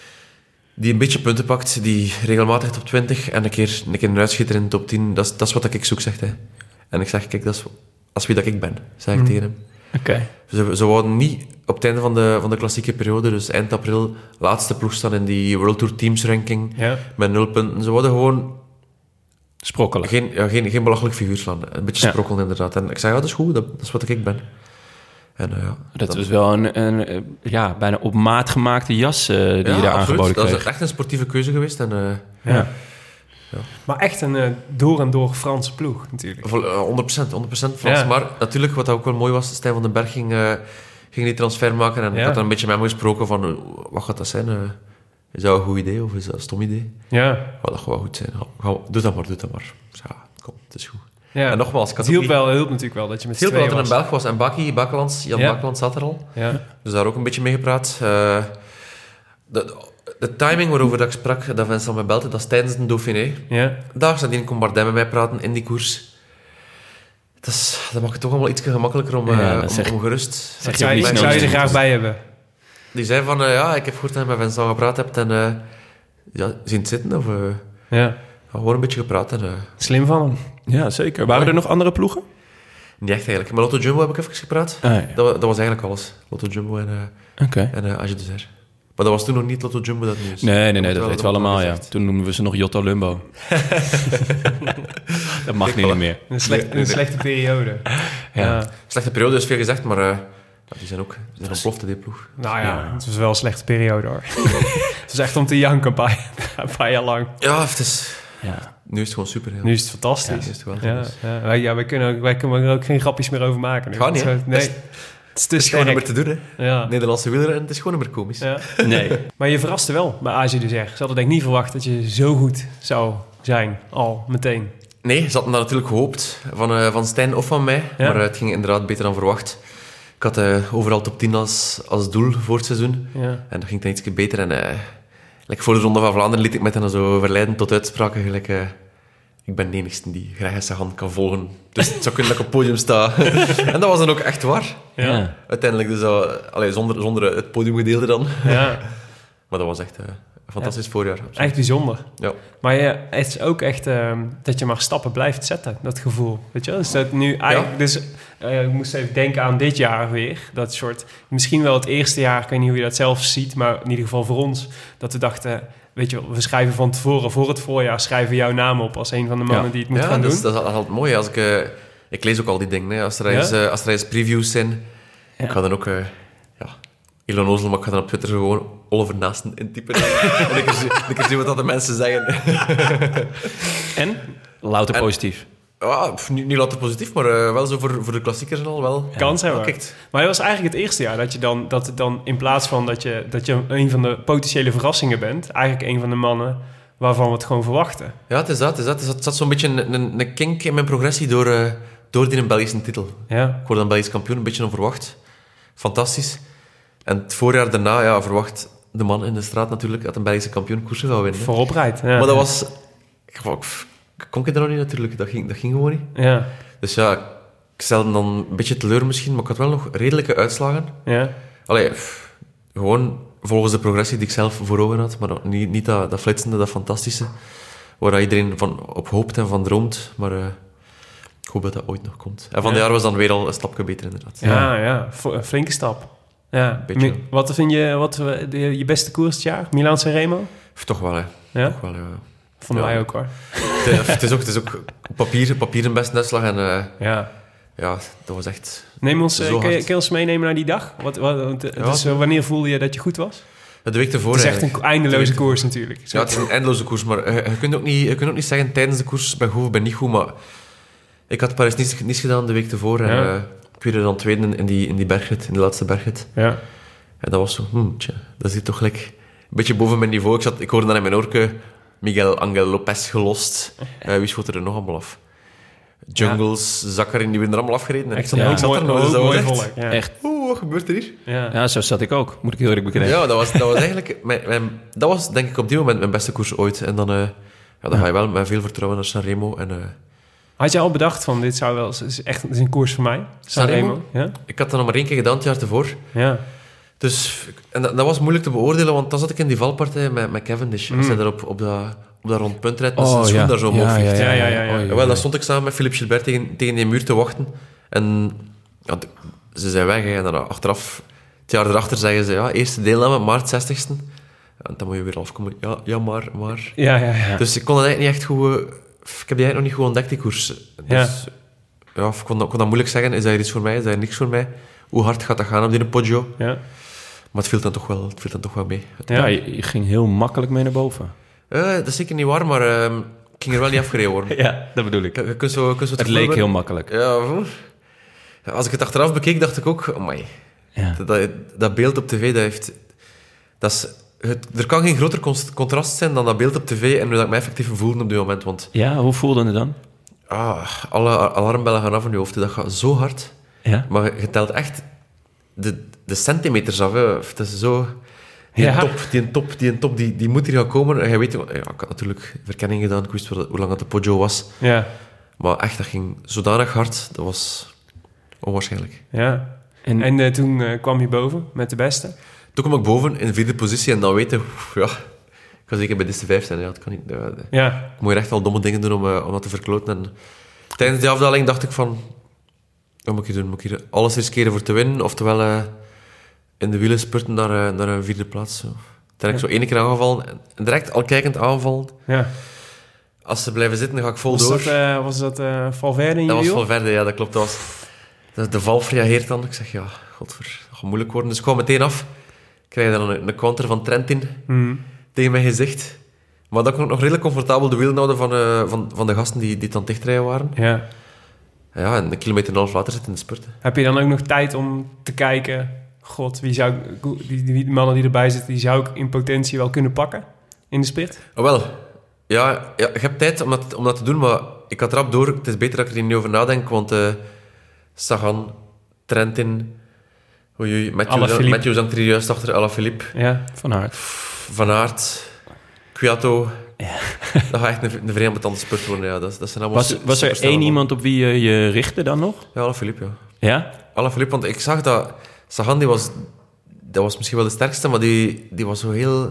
een beetje punten pakt, die regelmatig top 20 en een keer een uitschieter in de top 10. Dat is wat ik zoek, zegt hij. En ik zeg, kijk, dat is wie dat ik ben, zeg ik tegen hem. Oké. Ze wouden niet op het einde van de klassieke periode, dus eind april, laatste ploeg staan in die World Tour Teams ranking Ja. met 0 punten. Ze wouden gewoon Sprokkelen. geen belachelijk figuur slaan. Een beetje Ja. sprokkelen, inderdaad. En ik zeg, ja, dat is goed, dat is wat ik ben. En, Dat is wel een bijna op maat gemaakte jas die je daar absoluut. aangeboden Dat kreeg. is echt een sportieve keuze geweest. En, Ja. Maar echt een door en door Franse ploeg natuurlijk. 100% Frans. Ja. Maar natuurlijk, wat ook wel mooi was, Stijn van den Berg ging die transfer maken. En ik had dan een beetje met hem gesproken van, wat gaat dat zijn? Is dat een goed idee of is dat een stom idee? Ja. Dat gaat wel goed zijn. Doe dat maar. Dus ja, kom, het is goed. Ja. En nogmaals, ik had Het ook hielp niet- natuurlijk wel dat je met Het z'n hielp wel tweeën dat er was. een Belg was. En Jan Ja. Bakkeland zat er al. Ja. Dus daar ook een beetje mee gepraat. de timing waarover dat ik sprak, dat Vincent me belde, dat is tijdens de Dauphiné. Ja. Daar staat die Combardet met mij praten in die koers. Dat maakt het toch allemaal iets gemakkelijker om gerust... Zeg je Zou ook niet je snel er graag bij hebben? Die zei van, ik heb gehoord dat je met Vincent gepraat hebt en zien het zitten of Ja. gewoon een beetje gepraat. En, Slim van hem. Ja, zeker. Waren er nog andere ploegen? niet echt eigenlijk. Met Lotto Jumbo heb ik even gepraat. Ah, ja. Dat was eigenlijk alles. Lotto Jumbo en Age de Zer. Maar dat was toen nog niet Lotto Jumbo dat nu is. Nee, dat weten we allemaal, ja. gezegd. Toen noemden we ze nog Jotto Lumbo. Dat mag nu niet meer. Een slechte periode. Ja. Slechte periode is veel gezegd, maar die zijn ontplofte, die ploeg. Nou ja, het was wel een slechte periode hoor. Het was echt om te janken een paar jaar lang. Ja, het is... Ja. Nu is het gewoon super. Nu is het fantastisch. Ja, nu is het wel Ja, fantastisch. Wij kunnen er ook geen grapjes meer over maken. Nu. Gaat niet, hè? Nee, het is te Het is gewoon niet sterk. meer te doen, hè. Ja. Nederlandse wielrennen, het is gewoon niet meer komisch. Ja. Nee. Maar je verraste wel bij Age de Zer. Ze hadden denk ik niet verwacht dat je zo goed zou zijn, al meteen. Nee, ze hadden dat natuurlijk gehoopt van Stijn of van mij. Ja. Maar het ging inderdaad beter dan verwacht. Ik had overal top 10 als doel voor het seizoen. Ja. En dat ging dan iets beter. En voor de Ronde van Vlaanderen liet ik me dan zo verleiden tot uitspraken. Gelijk, ik ben de enigste die graag zijn hand kan volgen. Dus het zou kunnen dat ik op het podium sta. En dat was dan ook echt waar. Ja. Uiteindelijk dus, zonder het podiumgedeelte dan. Ja, Maar dat was echt een fantastisch voorjaar. Absoluut. echt bijzonder. Ja. Maar het is ook echt dat je maar stappen blijft zetten, dat gevoel. Weet je wel? Dus dat nu eigenlijk... Dus, ik moest even denken aan dit jaar weer. Dat soort... Misschien wel het eerste jaar, ik weet niet hoe je dat zelf ziet, maar in ieder geval voor ons, dat we dachten... Weet je wel, we schrijven van tevoren, voor het voorjaar, schrijven jouw naam op als een van de mannen die het moet gaan doen. Dat is altijd mooi. Als ik lees ook al die dingen. Hè. Als er eens previews zijn, ik ga dan ook... Elon Ozel, maar ik ga dan op Twitter gewoon Oliver Naasten intypen. En ik zie wat dat de mensen zeggen. En? Louter positief. Ja, niet louter positief, maar wel zo voor de klassiekers en al wel. Kans hebben. Kijk, Maar het was eigenlijk het eerste jaar dat het dan in plaats van dat je een van de potentiële verrassingen bent, eigenlijk een van de mannen waarvan we het gewoon verwachten. ja, het is dat. Het zat zo'n beetje een kink in mijn progressie door die Belgische titel. Ja. Ik word dan Belgisch kampioen, een beetje onverwacht. Fantastisch. En het voorjaar daarna, verwacht de man in de straat natuurlijk dat een Belgische kampioen koersen zou winnen. Voorop rijdt. Ja. Maar dat was... Kon ik er nog niet natuurlijk. Dat ging gewoon niet. Ja. Dus ja, ik stelde dan een beetje teleur misschien, maar ik had wel nog redelijke uitslagen. Ja. Allee, gewoon volgens de progressie die ik zelf voor ogen had, maar niet dat flitsende, dat fantastische, waar iedereen van op hoopt en van droomt. Maar ik hoop dat dat ooit nog komt. En van het jaar was dan weer al een stapje beter inderdaad. Ja. Een flinke stap. Ja. Beetje. Wat vind je je beste koers het jaar? Milaan-San Remo? Toch wel, hè. Ja? Toch wel, ja. Vonden wij ook hoor. Het is ook op papier een beste uitslag. En Ja. dat was echt Neem ons, zo kun je hard. ons meenemen naar die dag? Wanneer voelde je dat je goed was? De week ervoor Het is echt eigenlijk. een eindeloze koers natuurlijk. Ja, het is een eindeloze koers, maar je kunt ook niet zeggen tijdens de koers ben goed of ben niet goed, maar ik had Parijs-Nice gedaan de week ervoor en Ja. ik werd er dan tweede in die bergrit, in de laatste bergrit. Ja. En dat was zo, dat zit toch gelijk een beetje boven mijn niveau. Ik hoorde dan in mijn oorke Miguel Angel Lopez gelost. Wie schoot er nog allemaal af? Jungles, Zakarin, die werden er allemaal afgereden. En Echt ik een zat mooi, er nog, dus dat was mooi echt... volk. Ja. Echt. Wat gebeurt er hier? Ja. Ja, zo zat ik ook. Moet ik heel eerlijk bekennen. Ja, dat was eigenlijk... dat was denk ik op die moment mijn beste koers ooit. En dan ga je wel met veel vertrouwen naar Sanremo. En Had je al bedacht van dit zou wel is echt is een koers voor mij? Sanremo? Ja. ik had dat nog maar 1 keer gedaan het jaar ervoor. Ja. Dus, en dat was moeilijk te beoordelen, want dan zat ik in die valpartij met Cavendish. Als hij er op dat rond punt rijdt met zijn schoen daar zo omhoog vliegt. Ja. En wel, dan stond ik samen met Philippe Gilbert tegen die muur te wachten. En ze zijn weg. Hè. En dan achteraf, het jaar erachter, zeggen ze, eerste deelname, maart 60ste. En dan moet je weer afkomen. Ja, maar. Ja. Dus ik kon het eigenlijk niet echt goed... ik heb die eigenlijk nog niet goed ontdekt, die koers. Dus ik kon dat moeilijk zeggen. Is dat hier iets voor mij? Is dat hier niks voor mij? Hoe hard gaat dat gaan op die Poggio? Ja. Maar het viel dan toch wel mee. Ja, je ging heel makkelijk mee naar boven. Dat is zeker niet waar, maar ik ging er wel niet afgereden worden. Ja, dat bedoel ik. Je kunt zo Het leek heel makkelijk. Ja, als ik het achteraf bekeek, dacht ik ook... Amai, Ja. dat beeld op tv, er kan geen groter contrast zijn dan dat beeld op tv en hoe dat ik me effectief voelde op dit moment. Want Ja, hoe voelde het dan? alle alarmbellen gaan af in je hoofd. Dat gaat zo hard. Ja. Maar je telt echt de centimeters af. Hè. Het is zo... Die top, die moet hier gaan komen. En jij weet, ik had natuurlijk verkenning gedaan. Ik wist hoe lang dat de Poggio was. Ja. Maar echt, dat ging zodanig hard. Dat was onwaarschijnlijk. Ja. En toen kwam je boven met de beste? Toen kwam ik boven in de 4e positie. En dan weten, ik ga zeker bij de 5 zijn. Ja, dat kan niet. Ik moet echt wel domme dingen doen om dat te verkloten. En tijdens die afdaling dacht ik van... Wat moet ik hier doen? Moet ik hier alles riskeren voor te winnen? Oftewel in de wielen spurten naar een 4e plaats. Zo. Direct zo 1 keer aangevallen. En direct al kijkend aanvallen. Ja. Als ze blijven zitten, dan ga ik vol door. Was dat Valverde in je Dat was wiel? Valverde, ja, dat klopt. De valf reageert dan. Ik zeg, dat gaat moeilijk worden. Dus ik kwam meteen af. Ik krijg dan een counter van Trentin tegen mijn gezicht. Maar dat kon ik nog redelijk comfortabel de wielen houden van de gasten die dan dichtrijden waren. Ja. Ja, en 1,5 kilometer later zit in de spurt. Heb je dan ook nog tijd om te kijken... God, die mannen die erbij zitten... die zou ik in potentie wel kunnen pakken in de sprint? Oh, wel. Ja, ik heb tijd om dat te doen, maar ik had rap door. Het is beter dat ik er niet over nadenk, want Sagan, Trentin... Matthew zang er juist achter, Alaphilippe. Ja. Van Aert. Kwiato. Ja. Dat gaat echt een vrij ambetante spurt worden. Ja. Dat zijn allemaal was er één iemand op wie je richtte dan nog? Ja, Alaphilippe, ja. Ja? Alaphilippe, want ik zag dat... Sagan, dat was misschien wel de sterkste, maar die was zo heel...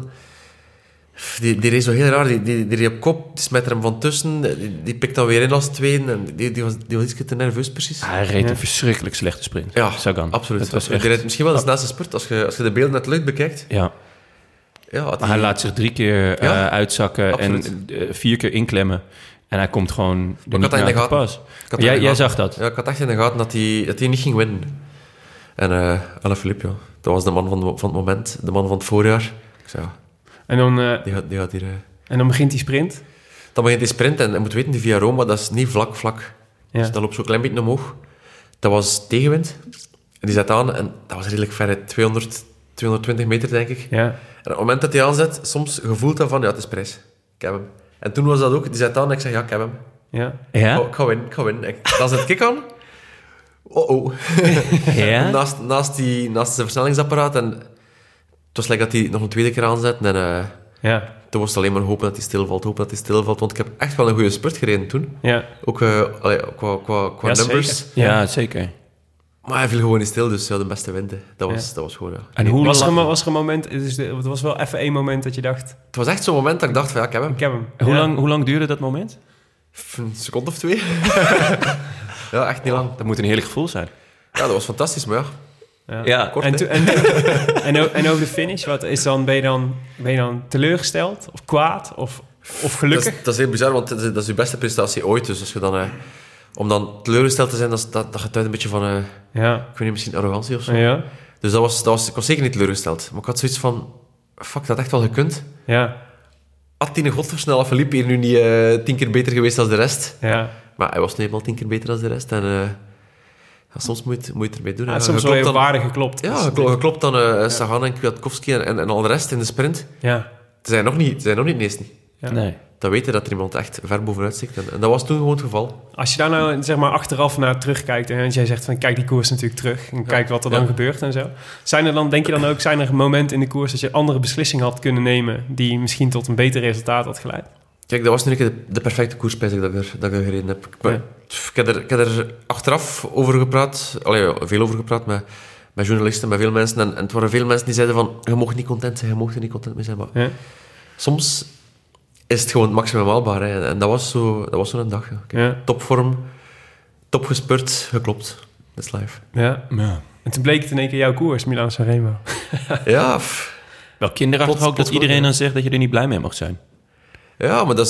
Die reed zo heel raar. Die reed op kop, die smijt er hem van tussen. Die pikt dan weer in als tweede. En die was iets te nerveus, precies. Hij reed een verschrikkelijk slechte sprint. Ja, Sagan. Absoluut. Die reed misschien wel de snelste spurt. Als je de beelden uit de lucht bekijkt. Ja. Maar hij laat zich 3 keer uitzakken absoluut. En 4 keer inklemmen. En hij komt gewoon er niet meer aan te pas. Jij zag dat? Ja, ik had echt in de gaten dat hij niet ging winnen. En Alaphilippe, ja. Dat was de man van het moment. De man van het voorjaar. Ik zei, en dan, die gaat hier... En dan begint die sprint? Dan begint die sprint. En je moet weten, die Via Roma, dat is niet vlak. Ja. Dus dat loopt zo'n klein beetje omhoog. Dat was tegenwind. En die zet aan. En dat was redelijk ver. 220 meter, denk ik. Ja. En op het moment dat hij aanzet, soms gevoelt dat van, ja, het is prijs. Ik heb hem. En toen was dat ook. Die zet aan en ik zeg, ja, ik heb hem. Ja. Ja? Ik ga winnen. Dan zet ik aan. Oh. Ja? naast zijn versnellingsapparaat. En het was lekker dat hij nog een tweede keer aanzet. En toen was het alleen maar hopen dat hij stilvalt. Want ik heb echt wel een goede spurt gereden toen. Ja. Ook qua numbers. Zeker. Ja, zeker. Maar hij viel gewoon niet stil, dus de beste wint. Dat was gewoon... Ja. En hoe was er een moment... Het was wel even één moment dat je dacht... Het was echt zo'n moment dat ik dacht van, ja, ik heb hem. Hoe lang duurde dat moment? Een seconde of 2. Ja, echt niet lang. Dat moet een heerlijk gevoel zijn. Ja, dat was fantastisch, maar Ja. kort, en over de finish, wat is dan, ben je dan teleurgesteld of kwaad of gelukkig? Dat is heel bizar, want dat is je beste prestatie ooit. Dus als je dan... om dan teleurgesteld te zijn, dat getuigt een beetje van... ik weet niet, misschien arrogantie of zo. Ja. Dus ik was zeker niet teleurgesteld. Maar ik had zoiets van... Fuck, dat had echt wel gekund. Ja. Had die godversnelle Philippe hier nu niet 10 keer beter geweest dan de rest? Ja. Maar hij was nu eenmaal 10 keer beter dan de rest. En soms moet je het ermee doen. Ja, soms wel heel waardig geklopt. Ja, geklopt dan Sagan en Kwiatkowski en al de rest in de sprint. Ja. Ze zijn nog niet de eerste. Ja. Nee. Dan weten dat er iemand echt ver bovenuit stikt. En dat was toen gewoon het geval. Als je daar nou zeg maar achteraf naar terugkijkt en jij zegt van kijk die koers natuurlijk terug en kijk wat er dan gebeurt en zo. Denk je dan ook, zijn er momenten in de koers dat je andere beslissingen had kunnen nemen die misschien tot een beter resultaat had geleid? Kijk, dat was nu de perfecte koers dat ik er gereden heb. Ik heb er achteraf over gepraat, veel over gepraat met journalisten, met veel mensen. En het waren veel mensen die zeiden van, je mag niet content zijn, je mag er niet content mee zijn. Maar soms is het gewoon het maximum haalbaar. Hè. En dat was zo'n dag. Ja. Kijk, topvorm, top gespurt, geklopt. Dat is live. Ja. En toen bleek het in één keer jouw koers, Milaan-San Remo. Ja. Wel kinderachtig ook dat iedereen dan zegt dat je er niet blij mee mag zijn. Ja, maar dat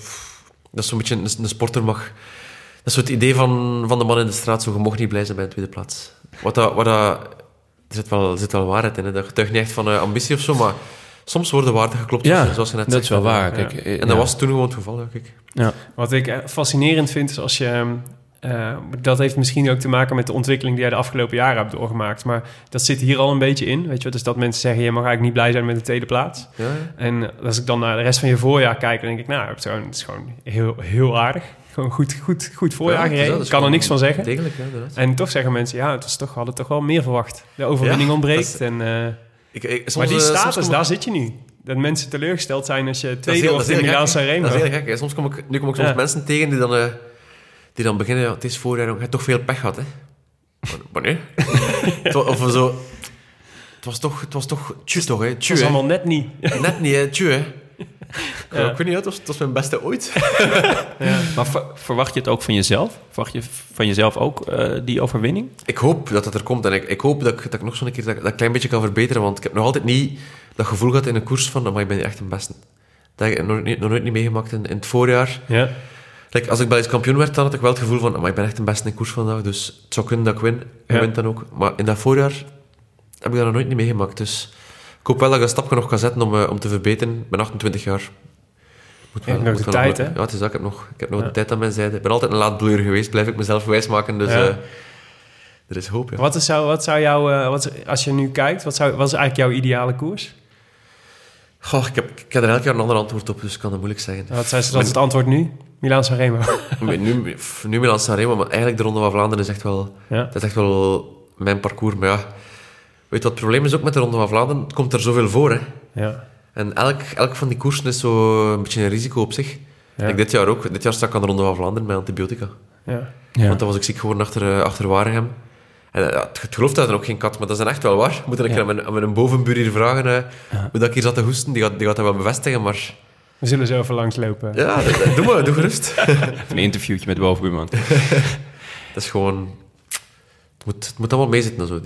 is zo'n beetje een sporter mag... Dat is zo het idee van de man in de straat, zo, je mocht niet blij zijn bij de tweede plaats. Er zit wel waarheid in, hè. Dat getuigt niet echt van ambitie of zo, maar soms worden waarden geklopt, zoals je net zegt. Dat is wel waar. Kijk, en dat was toen gewoon het geval, kijk. Ja. Wat ik fascinerend vind, is als je... dat heeft misschien ook te maken met de ontwikkeling die jij de afgelopen jaren hebt doorgemaakt. Maar dat zit hier al een beetje in, weet je wel. Dus dat mensen zeggen, je mag eigenlijk niet blij zijn met de tweede plaats. Ja. En als ik dan naar de rest van je voorjaar kijk, dan denk ik, het is gewoon heel, heel aardig. Gewoon goed voorjaar gereden. Ik kan er niks van zeggen. Degelijk, en toch zeggen mensen, we hadden toch wel meer verwacht. De overwinning ontbreekt. Maar die status, daar zit je nu. Dat mensen teleurgesteld zijn als je tweede wordt in Milaan-San Remo. Dat is heel gek. Soms kom ik soms mensen tegen die dan beginnen... Ja, het is voorjaar, je hebt toch veel pech gehad, hè? Maar nee. Of zo... Het was toch... Tju toch, hè? Het was allemaal net niet. Net niet, hè? Tju, hè? Ja. Ik weet niet, het was mijn beste ooit. Maar verwacht je het ook van jezelf? Verwacht je van jezelf ook die overwinning? Ik hoop dat het er komt. En ik hoop dat ik nog zo'n keer dat klein beetje kan verbeteren. Want ik heb nog altijd niet dat gevoel gehad in een koers van... Maar ik ben echt een beste. Dat heb ik nog nooit niet meegemaakt in het voorjaar. Ja. Als ik Belgisch kampioen werd, dan had ik wel het gevoel van... Maar ik ben echt een beste in koers vandaag. Dus het zou kunnen dat ik win. Je wint dan ook. Maar in dat voorjaar heb ik dat nog nooit niet meegemaakt. Dus... Ik hoop wel dat ik een stapje nog kan zetten om te verbeteren. Ik ben 28 jaar. Je hebt nog de tijd, hè? Ja, het is dat. Ik heb nog de tijd aan mijn zijde. Ik ben altijd een laadbloeier geweest, blijf ik mezelf wijsmaken. Dus er is hoop, ja. Wat zou jou... als je nu kijkt, wat is eigenlijk jouw ideale koers? Goh, ik heb er elk jaar een ander antwoord op, dus ik kan het moeilijk zeggen. Wat is het antwoord nu? Milaan-San Remo. nu Milaan-San Remo, maar eigenlijk de Ronde van Vlaanderen is echt wel... Ja. Dat is echt wel mijn parcours, maar ja... Weet je wat het probleem is ook met de Ronde van Vlaanderen? Het komt er zoveel voor, hè. Ja. En elk van die koersen is zo een beetje een risico op zich. Ja. Dit jaar ook. Dit jaar sta ik aan de Ronde van Vlaanderen met antibiotica. Ja. Want dan was ik ziek geworden achter Waregem. En het gelooft dat er ook geen kat, maar dat is echt wel waar. Ik moet aan mijn bovenbuur hier vragen hoe dat ik hier zat te hoesten. Die gaat dat wel bevestigen, maar... We zullen zo even langslopen. Ja, doe gerust. Een interviewtje met de bovenbuurman. Dat is gewoon... Het moet allemaal meezitten. Zo,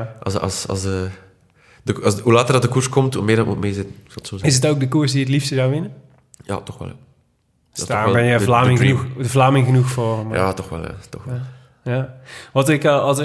hoe later dat de koers komt, hoe meer dat moet meezitten. Is het ook de koers die het liefste zou winnen? Ja, toch wel. Ja. Dus daar ben je de Vlaming genoeg voor. Maar... Ja, toch wel. Ja. Wat ik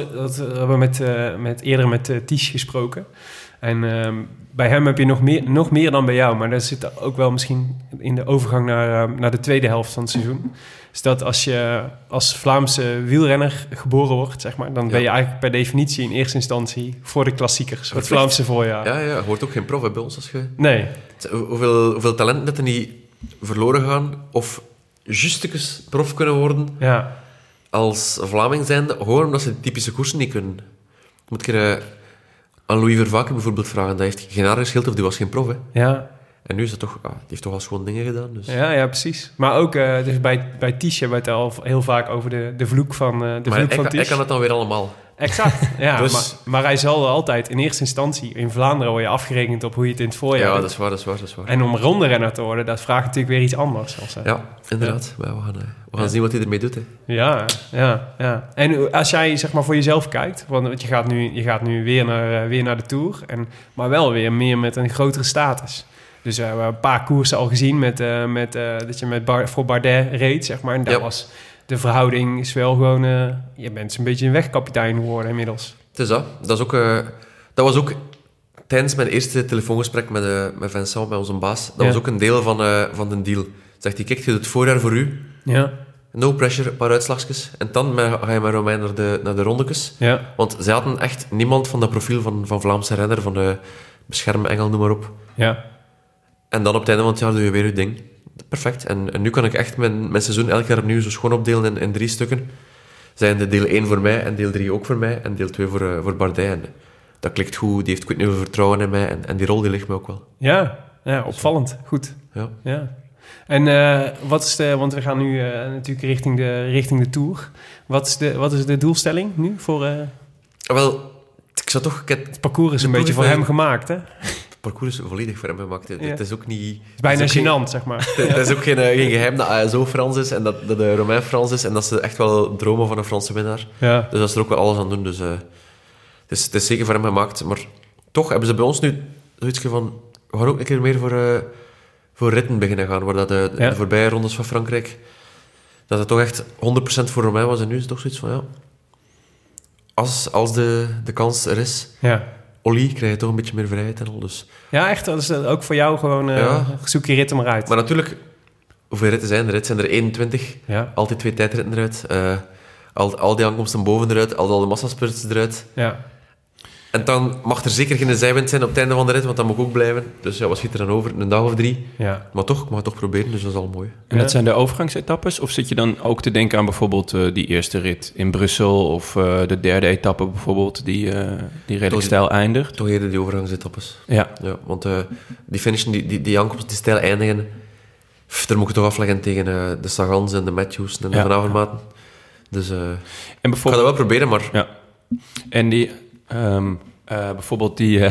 hebben eerder met Ties gesproken. En bij hem heb je nog meer dan bij jou. Maar dat zit ook wel misschien in de overgang naar de tweede helft van het seizoen. Is dat als je als Vlaamse wielrenner geboren wordt, zeg maar, dan ben je eigenlijk per definitie in eerste instantie voor de klassiekers, het Vlaamse voorjaar. Ja, je hoort ook geen prof bij ons. Als je... Nee. Hoeveel talenten dat er niet verloren gaan, of justekes prof kunnen worden, als Vlaming zijnde, gewoon omdat ze de typische koersen niet kunnen. Moet ik aan Louis Vervaken bijvoorbeeld vragen, dat heeft geen haar geschild of die was geen prof, hè? Ja. En nu is het toch... die heeft toch al schoon dingen gedaan. Dus. Ja, precies. Maar ook dus bij Ties hebben we het al heel vaak over de vloek van Ties. Hij kan het dan weer allemaal. Exact, ja. Dus... Maar hij zal altijd in eerste instantie... In Vlaanderen word je afgerekend op hoe je het in het voorjaar doet. Ja, dat is waar. En om ronde-renner te worden, dat vraagt natuurlijk weer iets anders. Ja, inderdaad. Ja. We gaan zien wat hij ermee doet. Hè. Ja. En als jij zeg maar voor jezelf kijkt... Want je gaat nu weer naar de Tour... maar wel weer meer met een grotere status... Dus we hebben een paar koersen al gezien dat je voor Bardet reed, zeg maar. En daar was de verhouding is wel gewoon... je bent een beetje een wegkapitein geworden inmiddels. Het is dat. Dat was ook tijdens mijn eerste telefoongesprek met Vincent, met onze baas. Dat was ook een deel van de deal. Zegt hij, kijk, je doet het voorjaar voor u. Ja. No pressure, een paar uitslagsjes. En dan ga je met Romein naar de rondekes. Ja. Want zij hadden echt niemand van dat profiel van Vlaamse renner, van de beschermengel, noem maar op. Ja. En dan op het einde van het jaar doe je weer je ding. Perfect. En nu kan ik echt mijn seizoen elk jaar opnieuw zo schoon opdelen in 3 stukken. Zijn de deel 1 voor mij en deel 3 ook voor mij. En deel 2 voor Bardet. En dat klikt goed. Die heeft goed nieuw vertrouwen in mij. En die rol die ligt me ook wel. Ja, opvallend. Goed. Ja. En wat is want we gaan nu natuurlijk richting de Tour. Wat is de doelstelling nu voor... Wel, ik zou toch... Het parcours is een beetje voor hem gemaakt, hè? Het parcours is volledig voor hem gemaakt. Het is ook niet... Het is bijna gênant, zeg maar. Het is ook geen geheim dat ASO Frans is en dat de Romain Frans is en dat ze echt wel dromen van een Franse winnaar. Ja. Dus dat ze er ook wel alles aan doen. Dus het is zeker voor hem gemaakt. Maar toch hebben ze bij ons nu zoiets van... We gaan ook een keer meer voor ritten beginnen gaan, waar dat de voorbije rondes van Frankrijk... Dat het toch echt 100% voor Romain was. En nu is het toch zoiets van, als de kans er is... Ja. Olly krijg je toch een beetje meer vrijheid en al. Dus. Ja, echt. Dat is ook voor jou gewoon... zoek je ritten maar uit. Maar natuurlijk, hoeveel ritten zijn er? Er zijn er 21. Ja. Altijd 2 tijdritten eruit. Al die aankomsten boven eruit. Al de massaspurts eruit. Ja. En dan mag er zeker geen zijwind zijn op het einde van de rit, want dan moet ik ook blijven. Dus ja, wat schiet er dan over? Een dag of 3. Ja. Maar toch, ik mag het toch proberen, dus dat is al mooi. En dat zijn de overgangsetappes? Of zit je dan ook te denken aan bijvoorbeeld die eerste rit in Brussel... of de derde etappe bijvoorbeeld, die redelijk steil eindigt? Toch eerder die overgangsetappes. Ja. Ja, want die finishen, die aankomst, die stijl eindigen... daar moet ik toch afleggen tegen de Sagans en de Matthews en de Van Avermaeten. Dus En ik ga dat wel proberen, maar... Ja. En die... bijvoorbeeld die...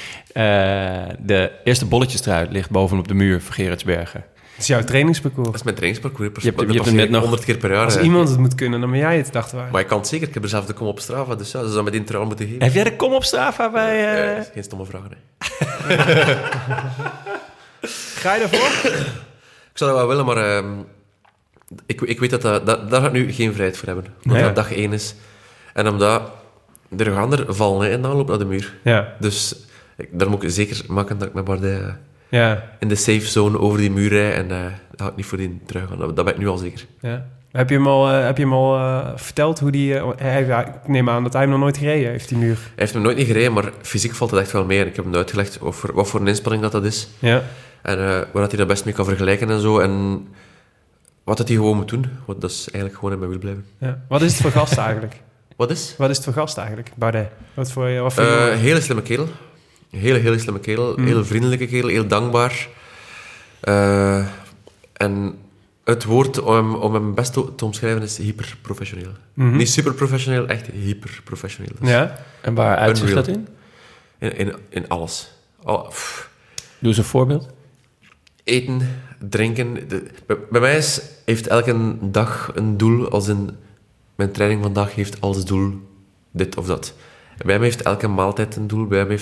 de eerste bolletjestrui ligt bovenop de muur van Gerardsbergen. Het is jouw trainingsparcours. Dat is mijn trainingsparcours. Je hebt hem net nog 100 keer per jaar. Als iemand het moet kunnen, dan ben jij het, dachten wij. Maar ik kan het zeker. Ik heb er zelf de kom op Strava, dus ja, ze zou met intro moeten geven. Heb jij de kom op Strava bij... Geen stomme vragen, hè. Ga je daarvoor? Ik zou dat wel willen, maar ik weet dat daar ga ik nu geen vrijheid voor hebben. Omdat Nee. dat dag 1 is. En omdat er gaan er vallen in de aanloop naar de muur. Ja. Dus daar moet ik zeker maken dat ik met Bardet Ja. in de safe zone over die muur rijd. En daar ga ik niet voor die trui gaan. Dat ben ik nu al zeker. Ja. Heb je hem al verteld hoe die... ik neem aan dat hij hem nog nooit gereden heeft, die muur. Hij heeft hem nooit niet gereden, maar fysiek valt het echt wel mee. En ik heb hem uitgelegd wat voor een inspanning dat is. Ja. En waar dat hij dat best mee kan vergelijken en zo. En wat dat hij gewoon moet doen. Want dat is eigenlijk gewoon in mijn wiel blijven. Ja. Wat is het voor gast eigenlijk? Wat is? Wat is het voor gast eigenlijk, Bardet? Wat voor jongen? Hele slimme kerel. Hele slimme kerel. Heel vriendelijke kerel. Heel dankbaar. En het woord om hem best te omschrijven is hyperprofessioneel. Niet superprofessioneel, echt hyperprofessioneel. Dus Ja. En waar uitzicht Unreal. dat in? in alles. Doe eens een voorbeeld. Eten, drinken. Bij mij heeft elke dag een doel, als in mijn training vandaag heeft als doel dit of dat. Bij hem heeft elke maaltijd een doel. Bij hem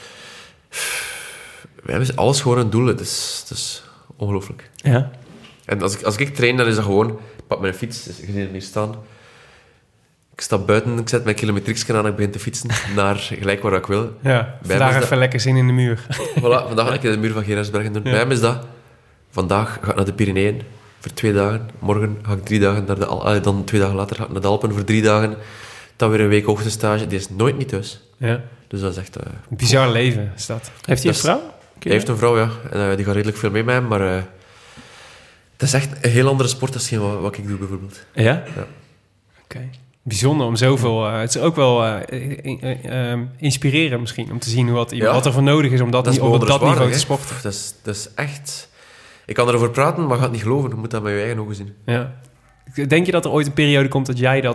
is alles gewoon een doel. Het is ongelooflijk. Ja. En als ik train, dan is dat gewoon... Ik pak mijn fiets, dus je ziet hem hier staan. Ik stap buiten, ik zet mijn kilometriekje aan en ik begin te fietsen naar gelijk waar ik wil. Ja, Bij vandaag hem is even lekker zin in de muur. Voilà, vandaag ga ik in de muur van Gerardsbergen doen. Bij hem is dat... Vandaag ga ik naar de Pyreneeën voor 2 dagen. Morgen ga ik 3 dagen naar de Alpen. Dan 2 dagen later ga ik naar de Alpen voor 3 dagen. Dan weer een week hoogtestage. Die is nooit niet thuis. Ja. Dus dat is echt... Een bizar leven is dat. Heeft hij een Dus- vrouw? Hij heeft een vrouw, ja. En die gaat redelijk veel mee met hem, maar... het is echt een heel andere sport dan wat ik doe, bijvoorbeeld. Ja? Ja. Oké. Bijzonder om zoveel... het is ook wel inspirerend misschien, om te zien wat er voor nodig is om op dat niveau te bewonderenswaardig, sporten. hè. Dat is echt... Ik kan erover praten, maar je gaat het niet geloven. Je moet dat met je eigen ogen zien. Ja. Denk je dat er ooit een periode komt dat jij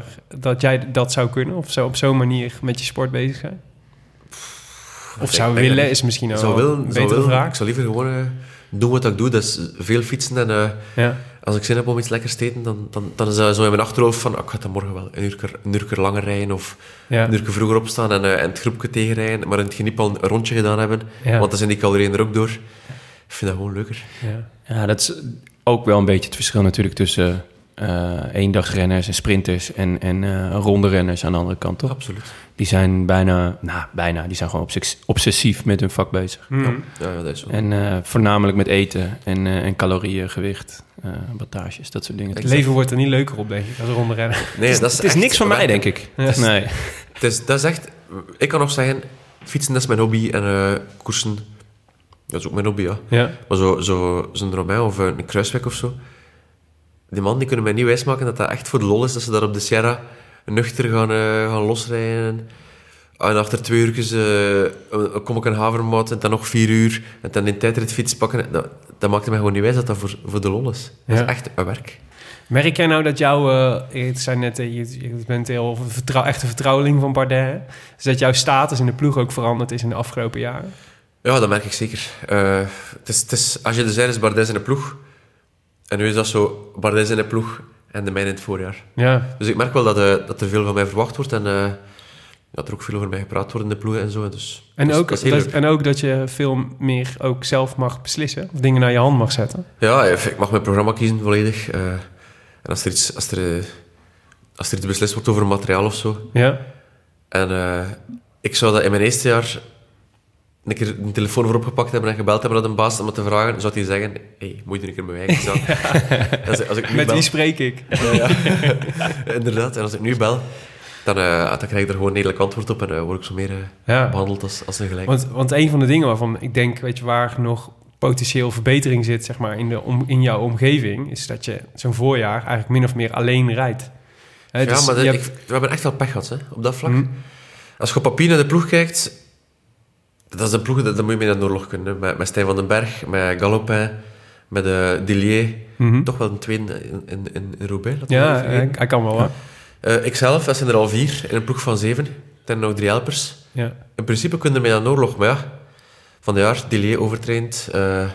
dat zou kunnen? Of zo op zo'n manier met je sport bezig zijn? Of zou willen, is misschien ook een betere vraag. Ik zou liever gewoon doen wat ik doe. Dat is veel fietsen. En Ja. als ik zin heb om iets lekkers te eten, dan is dat zo in mijn achterhoofd van... ik ga dan morgen wel een uur langer rijden of Ja. een uur vroeger opstaan en het groepje tegenrijden. Maar in het geniep al een rondje gedaan hebben. Ja. Want dan zijn die calorieën er ook door. Ik vind dat gewoon leuker. Ja. Ja, dat is ook wel een beetje het verschil natuurlijk tussen eendagsrenners en sprinters en ronde renners aan de andere kant, toch? Absoluut. Die zijn die zijn gewoon obsessief met hun vak bezig. Ja, dat is zo. En voornamelijk met eten en calorieën, gewicht, wattages, dat soort dingen. Het leven wordt er niet leuker op, denk ik, als rondrennen. Nee, dat Het is echt niks van mij, werken. denk ik. Ja. Nee. Dat is echt... Ik kan nog zeggen, fietsen dat is mijn hobby en koersen, dat is ook mijn hobby, ja. Ja. Maar zo'n Romain of een Kruiswijk of zo, die man die kunnen mij niet wijsmaken dat dat echt voor de lol is, dat ze daar op de Sierra nuchter gaan losrijden. En achter 2 uurtjes kom ik een havermout en dan nog 4 uur en dan in tijdritfiets pakken. Dat maakte mij gewoon niet wijs dat dat voor de lol is. Dat Ja. is echt een werk. Merk jij nou dat je zei net, je bent heel echt een vertrouweling van Bardet, hè? Dus dat jouw status in de ploeg ook veranderd is in de afgelopen jaren? Ja, dat merk ik zeker. Het is, als je de zei is Bardet in de ploeg, en nu is dat zo Bardet in de ploeg en de mijne in het voorjaar. Ja. Dus ik merk wel dat er veel van mij verwacht wordt en dat er ook veel over mij gepraat wordt in de ploeg en zo. Dus, En, ook ook dat je veel meer ook zelf mag beslissen, of dingen naar je hand mag zetten. Ja, ik mag mijn programma kiezen volledig. En als er iets beslist wordt over materiaal of zo. Ja. En ik zou dat in mijn eerste jaar een keer een telefoon voor opgepakt hebben en gebeld hebben naar de baas om het te vragen, zou hij zeggen, hey, moet je er een keer met mij gaan? Als ik nu Met bel, wie spreek ik? inderdaad. En als ik nu bel, dan krijg ik er gewoon een redelijk antwoord op en word ik zo meer behandeld als een gelijk. Want een van de dingen waarvan ik denk, weet je, waar nog potentieel verbetering zit, zeg maar, in jouw omgeving, is dat je zo'n voorjaar eigenlijk min of meer alleen rijdt. Dus maar we hebben echt wel pech gehad, hè, op dat vlak. Als je op papier naar de ploeg kijkt, dat is een ploeg, dat moet je mee naar de oorlog kunnen. Met Stijn van den Berg, met Galopin, met Dillier. Toch wel een tweede in Roubaix. Ja, hij kan wel, hè. Ikzelf, dat zijn er al 4 in een ploeg van 7. Er zijn nog 3 helpers. Ja. In principe kunnen we mee naar de oorlog, maar ja, van de jaar, Dillier overtraind,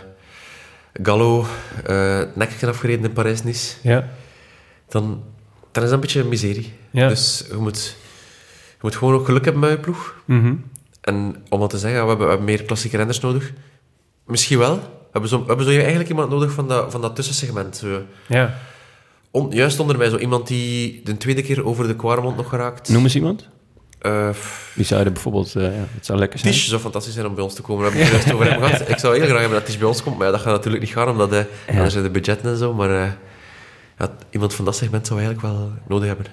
Gallo, nekje afgereden in Parijs-Nice. Ja. Dan is dat een beetje miserie. Ja. Dus je moet gewoon ook geluk hebben met je ploeg. En om dat te zeggen, we hebben meer klassieke renners nodig. Misschien wel. We hebben zo eigenlijk iemand nodig van dat tussensegment. Ja. Juist onder mij, zo iemand die de tweede keer over de Kwaremond nog geraakt. Noem eens iemand. Wie zou er bijvoorbeeld... het zou lekker zijn. Tisch zou fantastisch zijn om bij ons te komen. Daar heb ik het juist over hem gehad. Ik zou heel graag hebben dat Tisch bij ons komt, maar dat gaat natuurlijk niet gaan, omdat er zijn de budgetten en zo. Maar iemand van dat segment zou eigenlijk wel nodig hebben.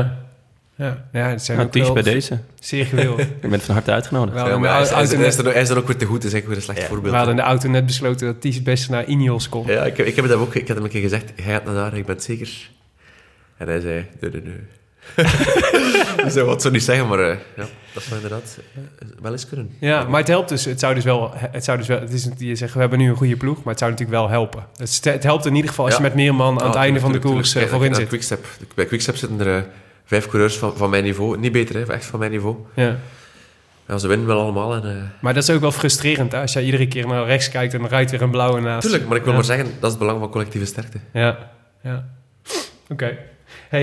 Ja, het zijn ook Tisch bij deze. Zeer gewild. Je bent van harte uitgenodigd. Hij is dan ook weer te goed, is eigenlijk weer een slecht voorbeeld. We hadden in de auto net besloten dat Tisch best naar Ineos komt. Ja, ik heb hem een keer gezegd, hij gaat naar daar, ik ben het zeker. En hij zei, nee. Dus hij wat zou niet zeggen, maar dat zou inderdaad wel eens kunnen. Ja, maar het helpt dus. Het zou dus wel. Het is, je zegt, we hebben nu een goede ploeg, maar het zou natuurlijk wel helpen. Het helpt in ieder geval als je met meer man aan het einde van de koers voorin zit. Bij Quickstep zitten er 5 coureurs van mijn niveau. Niet beter, hè, echt van mijn niveau. Ja, ze winnen wel allemaal. Maar dat is ook wel frustrerend, hè? Als je iedere keer naar rechts kijkt en dan rijdt weer een blauwe naast. Tuurlijk, maar ik wil maar zeggen, dat is het belang van collectieve sterkte. Ja. Oké. Hey,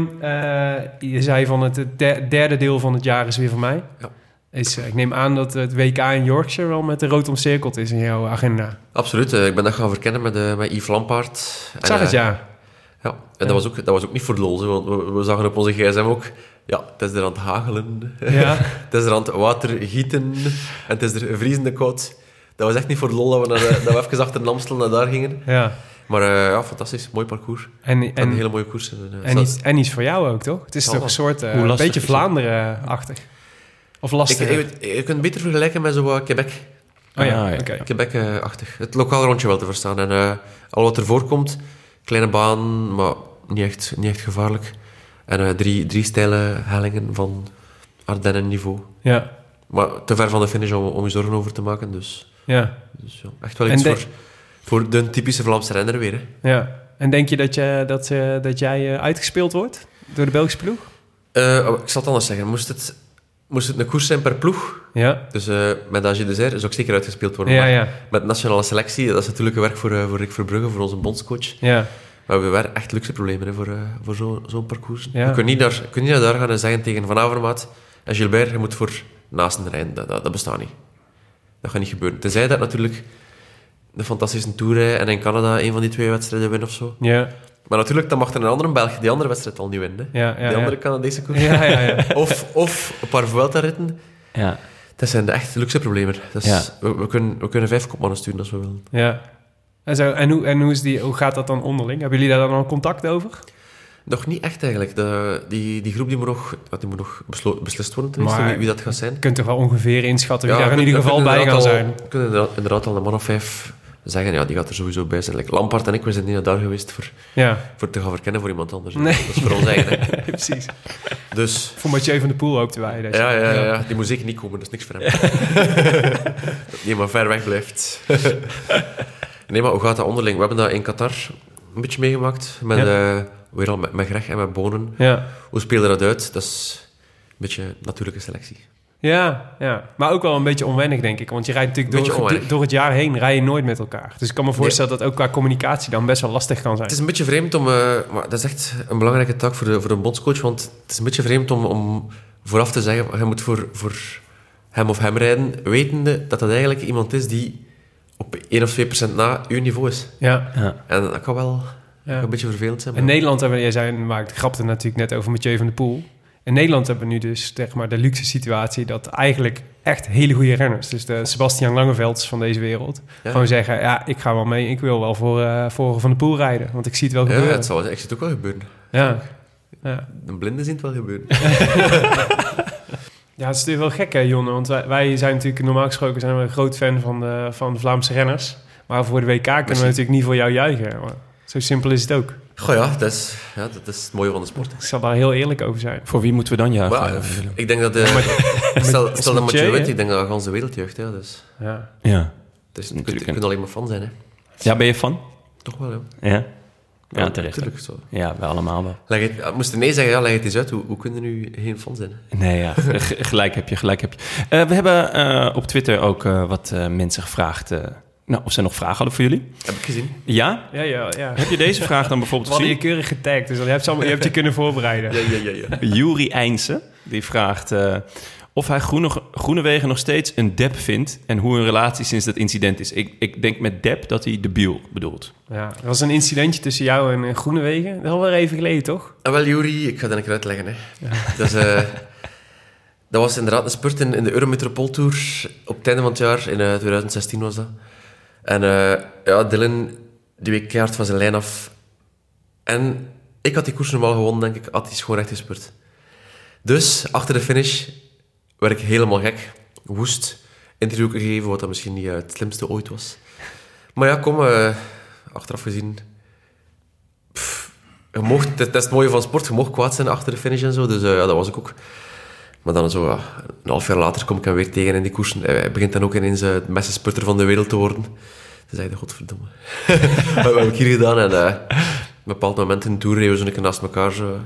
je zei van het derde deel van het jaar is weer voor mij. Ja. Ik neem aan dat het WK in Yorkshire wel met de rood omcirkeld is in jouw agenda. Absoluut. Ik ben dat gaan verkennen met Yves Lampaert. Ik zag het, ja. Ja, en dat was ook niet voor de lol. Want we zagen op onze gsm ook... Ja, het is er aan het hagelen. Ja. Het is er aan het water gieten. En het is er vriezende koud. Dat was echt niet voor de lol dat we even achter de Amstel naar daar gingen. Ja. Maar fantastisch. Mooi parcours. En een hele mooie koers. En iets voor jou ook, toch? Het is toch een soort... een beetje Vlaanderen-achtig. Of lastig. Je kunt het beter vergelijken met zo Quebec. Oh ja, oké. Quebec-achtig. Het lokaal rondje wel te verstaan. En al wat er voorkomt, kleine baan, maar niet echt gevaarlijk. En 3 steile hellingen van Ardennen-niveau. Ja. Maar te ver van de finish om je zorgen over te maken. Dus ja, echt wel iets voor de typische Vlaamse renner weer. Hè. Ja. En denk je dat jij uitgespeeld wordt door de Belgische ploeg? Ik zal het anders zeggen. Moest het een koers zijn per ploeg, dus met Age de Serre zou ik zeker uitgespeeld worden. Maar met de nationale selectie, dat is natuurlijk werk voor Rick Verbrugge, voor onze bondscoach. Ja. Maar we hebben echt luxe problemen hè, voor zo'n parcours. Ja. Je kunt niet naar daar gaan en zeggen tegen Van Avermaat en Gilbert, je moet voor naasten rijden. Dat bestaat niet. Dat gaat niet gebeuren. Tenzij dat natuurlijk een fantastische tour rijden en in Canada een van die 2 wedstrijden winnen of zo. Ja. Maar natuurlijk, dan mag er een andere Belg die andere wedstrijd al niet winnen. Die andere Canadese koers. Ja. Of een paar Vuelta-ritten. Ja. Dat zijn de echt luxe problemen. We kunnen 5 kopmannen sturen als we willen. Ja. En hoe gaat dat dan onderling? Hebben jullie daar dan al contact over? Nog niet echt eigenlijk. Die groep die moet nog beslist worden, tenminste, wie dat gaat zijn. Je kunt toch wel ongeveer inschatten wie daar in ieder geval bij gaan zijn? We kunnen inderdaad al een man of 5 zeggen, die gaat er sowieso bij zijn. Lampaert en ik, we zijn niet naar daar geweest voor te gaan verkennen voor iemand anders. Nee. Dat is voor ons eigen. Precies. Dus, voor Mathieu van der Poel hoopten wij. Ja. Die moet zeker niet komen, dat is niks voor hem. Dat die maar ver weg blijft. Nee, maar hoe gaat dat onderling? We hebben dat in Qatar een beetje meegemaakt. Weer al met Greg en met Bonen. Ja. Hoe speelde dat uit? Dat is een beetje natuurlijke selectie. Ja. Maar ook wel een beetje onwennig, denk ik. Want je rijdt natuurlijk door het jaar heen rij je nooit met elkaar. Dus ik kan me voorstellen dat ook qua communicatie dan best wel lastig kan zijn. Het is een beetje vreemd maar dat is echt een belangrijke taak voor de bondscoach. Want het is een beetje vreemd om vooraf te zeggen, je moet voor hem of hem rijden, wetende dat eigenlijk iemand is die op 1 of 2% na uw niveau is. Ja. En dat kan wel een beetje vervelend zijn. In Nederland maar ik grapte natuurlijk net over Mathieu van der Poel. In Nederland hebben we nu dus zeg maar de luxe situatie dat eigenlijk echt hele goede renners, dus de Sebastian Langevelds van deze wereld, gewoon zeggen, ik ga wel mee, ik wil wel voor Van der Poel rijden, want ik zie het wel gebeuren. Ik zie het ook wel gebeuren. Ja. Ja. Een blinde ziet het wel gebeuren. Ja, het is natuurlijk wel gek, hè, Jonne? Want wij zijn natuurlijk normaal gesproken zijn we een groot fan van de Vlaamse renners. Maar voor de WK kunnen we natuurlijk niet voor jou juichen. Maar zo simpel is het ook. Goh ja, dat is het mooie van de sport. Ik zal daar heel eerlijk over zijn. Voor wie moeten we dan juichen? Maar, ik denk dat... stel dat Mathieu wint, ik denk dat de ganse wereld juicht. Ja, dus. Ja. Ja. Dus je kunt alleen maar fan zijn. Hè. Ja, ben je fan? Toch wel, ja. Ja. Ja, terecht. Natuurlijk zo. Ja, we allemaal wel. Moest je nee zeggen, leg het eens uit. Hoe kunnen nu geen fan zijn? Hè? Nee, ja, gelijk heb je. We hebben op Twitter ook wat mensen gevraagd... of zij nog vragen hadden voor jullie. Heb ik gezien. Ja? Ja. Heb je deze vraag dan bijvoorbeeld We hadden je gezien? keurig getagd, dus je hebt je kunnen voorbereiden. Ja. Juri Eijnsen, die vraagt... of hij Groenewegen nog steeds een dep vindt... en hoe hun relatie sinds dat incident is. Ik denk met dep dat hij debiel bedoelt. Ja, er was een incidentje tussen jou en Groenewegen. Dat is alweer even geleden, toch? Wel, Juri, ik ga dat een keer uitleggen. Hè. Ja. Dat was inderdaad een spurt in de Eurometropol Tour. Op het einde van het jaar, in 2016 was dat. En Dylan, die week keihard van zijn lijn af. En ik had die koers normaal gewonnen, denk ik. Had hij gewoon recht gespurt. Dus, achter de finish... werd ik helemaal gek. Woest. Interview gegeven, wat dat misschien niet het slimste ooit was. Maar ja, kom, achteraf gezien... Het is het mooie van sport, je mocht kwaad zijn achter de finish en zo. Dus dat was ik ook. Maar dan zo, een half jaar later kom ik hem weer tegen in die koersen. Hij begint dan ook ineens de beste spurter van de wereld te worden. Dan zei hij, godverdomme. Wat heb ik hier gedaan? En op een bepaald moment in de Tour reden we zo een keer naast elkaar. Zo.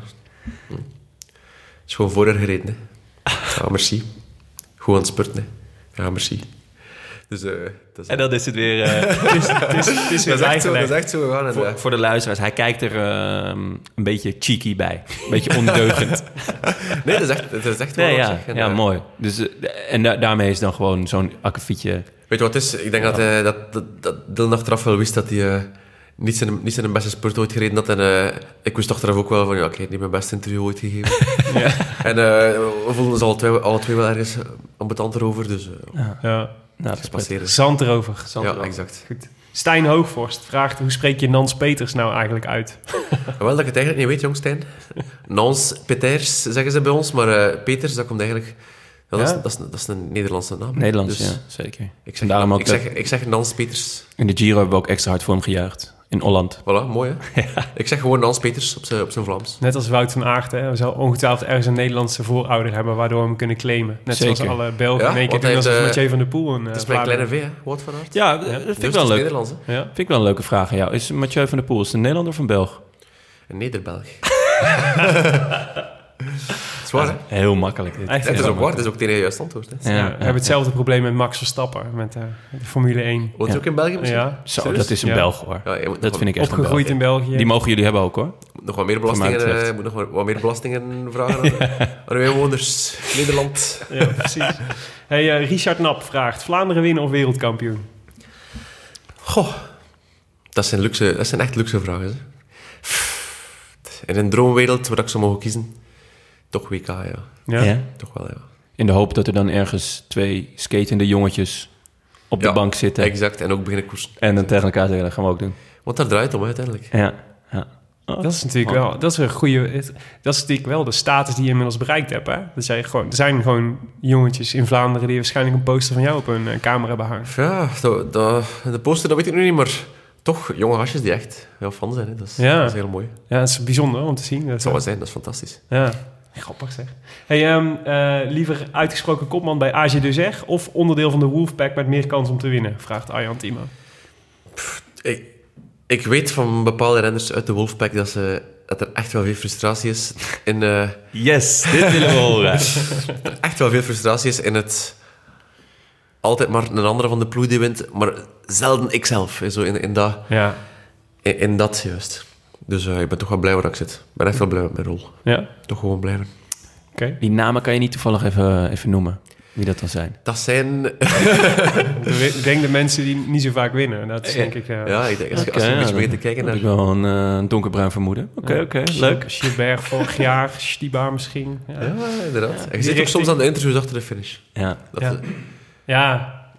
Is gewoon voor haar gereden, hè. Ja, merci. Goed aan het spurten, hè. Ja, merci. Dus, En dan is het weer... Het is weer dat is echt zo gegaan. voor de luisteraars, hij kijkt er een beetje cheeky bij. Een beetje ondeugend. Nee, dat is echt wel ja, zeg. Ja, mooi. Dus, en daarmee is dan gewoon zo'n akkefietje... Weet je wat het is? Ik denk dat Dylan achteraf wel wist dat hij niet zijn beste spurt ooit gereden had. En ik wist achteraf ook wel van, ja, ik heb niet mijn beste interview ooit gegeven. Ja. En we voelden ons alle twee wel ergens ambetant erover. Dus Ja. Nou, dat is passeren. Zand erover. Ja, exact. Goed. Stijn Hoogvorst vraagt, hoe spreek je Nans Peters nou eigenlijk uit? Wel dat ik het eigenlijk niet weet, jong Stijn. Nans Peters zeggen ze bij ons, maar Peters, dat komt eigenlijk... Ja, dat is een Nederlandse naam. Nederlands, dus ja, zeker. Ik zeg Nans Peters. In de Giro hebben we ook extra hard voor hem gejuicht. In Holland. Voilà, mooi hè? Ja. Ik zeg gewoon Nans Peters op zijn Vlaams. Net als Wout van Aert, hè. We zouden ongetwijfeld ergens een Nederlandse voorouder hebben waardoor we hem kunnen claimen. Net zeker. zoals alle Belgen in één keer doen alsof Mathieu van der Poel. Het is mijn kleine V, hè? Wout van Aert. Ja, dat vind ik wel leuk. Nederlands, hè? Ja. Vind ik wel een leuke vraag aan jou. Is Mathieu van der Poel een Nederlander of een Belg? Een Nederbelg. Zwaar, hè? Heel makkelijk. Het is ook waar, het is ook het enige juiste antwoord. Hè? We hebben hetzelfde probleem met Max Verstappen, met de Formule 1. Woont hij ook in België misschien? Ja. Zo, dat is een Belg hoor. Ja, dat vind ik echt een Belg. Opgegroeid in België. Die mogen jullie hebben ook hoor. Moet nog wat meer belastingen vragen aan uw inwoners. Nederland. Ja, precies. Hey, Richard Nap vraagt, Vlaanderen winnen of wereldkampioen? Goh, dat zijn echt luxe vragen. Hè. In een droomwereld waar ik zou mogen kiezen, toch WK, ja. Toch wel, ja. In de hoop dat er dan ergens 2 skatende jongetjes op de bank zitten. Exact, en ook beginnen koersen. En dan tegen elkaar zeggen, dat gaan we ook doen. Want daar draait het om uiteindelijk. Ja. Dat is natuurlijk wel, dat is een goede. Dat is natuurlijk wel de status die je inmiddels bereikt hebt. Hè? Er zijn gewoon jongetjes in Vlaanderen die waarschijnlijk een poster van jou op hun kamer hebben hangen. Ja, de poster, dat weet ik nu niet, maar toch jonge gastjes die echt wel fan zijn. Hè. Dat is heel mooi. Ja, dat is bijzonder om te zien. Dat zou wel zijn, dat is fantastisch. Ja, grappig zeg. Hey, liever uitgesproken kopman bij AG Deuzer of onderdeel van de Wolfpack met meer kans om te winnen? Vraagt Arjan Tima. Ik weet van bepaalde renners uit de Wolfpack dat er echt wel veel frustratie is in... Yes, dit willen we horen. er echt wel veel frustratie is in het... Altijd maar een andere van de ploeg die wint, maar zelden ikzelf. Zo in dat... Ja. In dat juist. Dus ik ben toch wel blij waar ik zit. Ik ben echt wel blij met mijn rol. Ja. Toch gewoon blij. Okay. Die namen kan je niet toevallig even noemen. Wie dat dan zijn? Dat zijn... Ik denk de mensen die niet zo vaak winnen. Dat is denk ik... Ja, ik denk, als je een beetje begint te kijken naar... heb ik wel een donkerbruin vermoeden. Oké, leuk. Gilbert vorig jaar, Stibar misschien. Ja, inderdaad. Je zit ook soms aan de interviews achter de finish. Ja,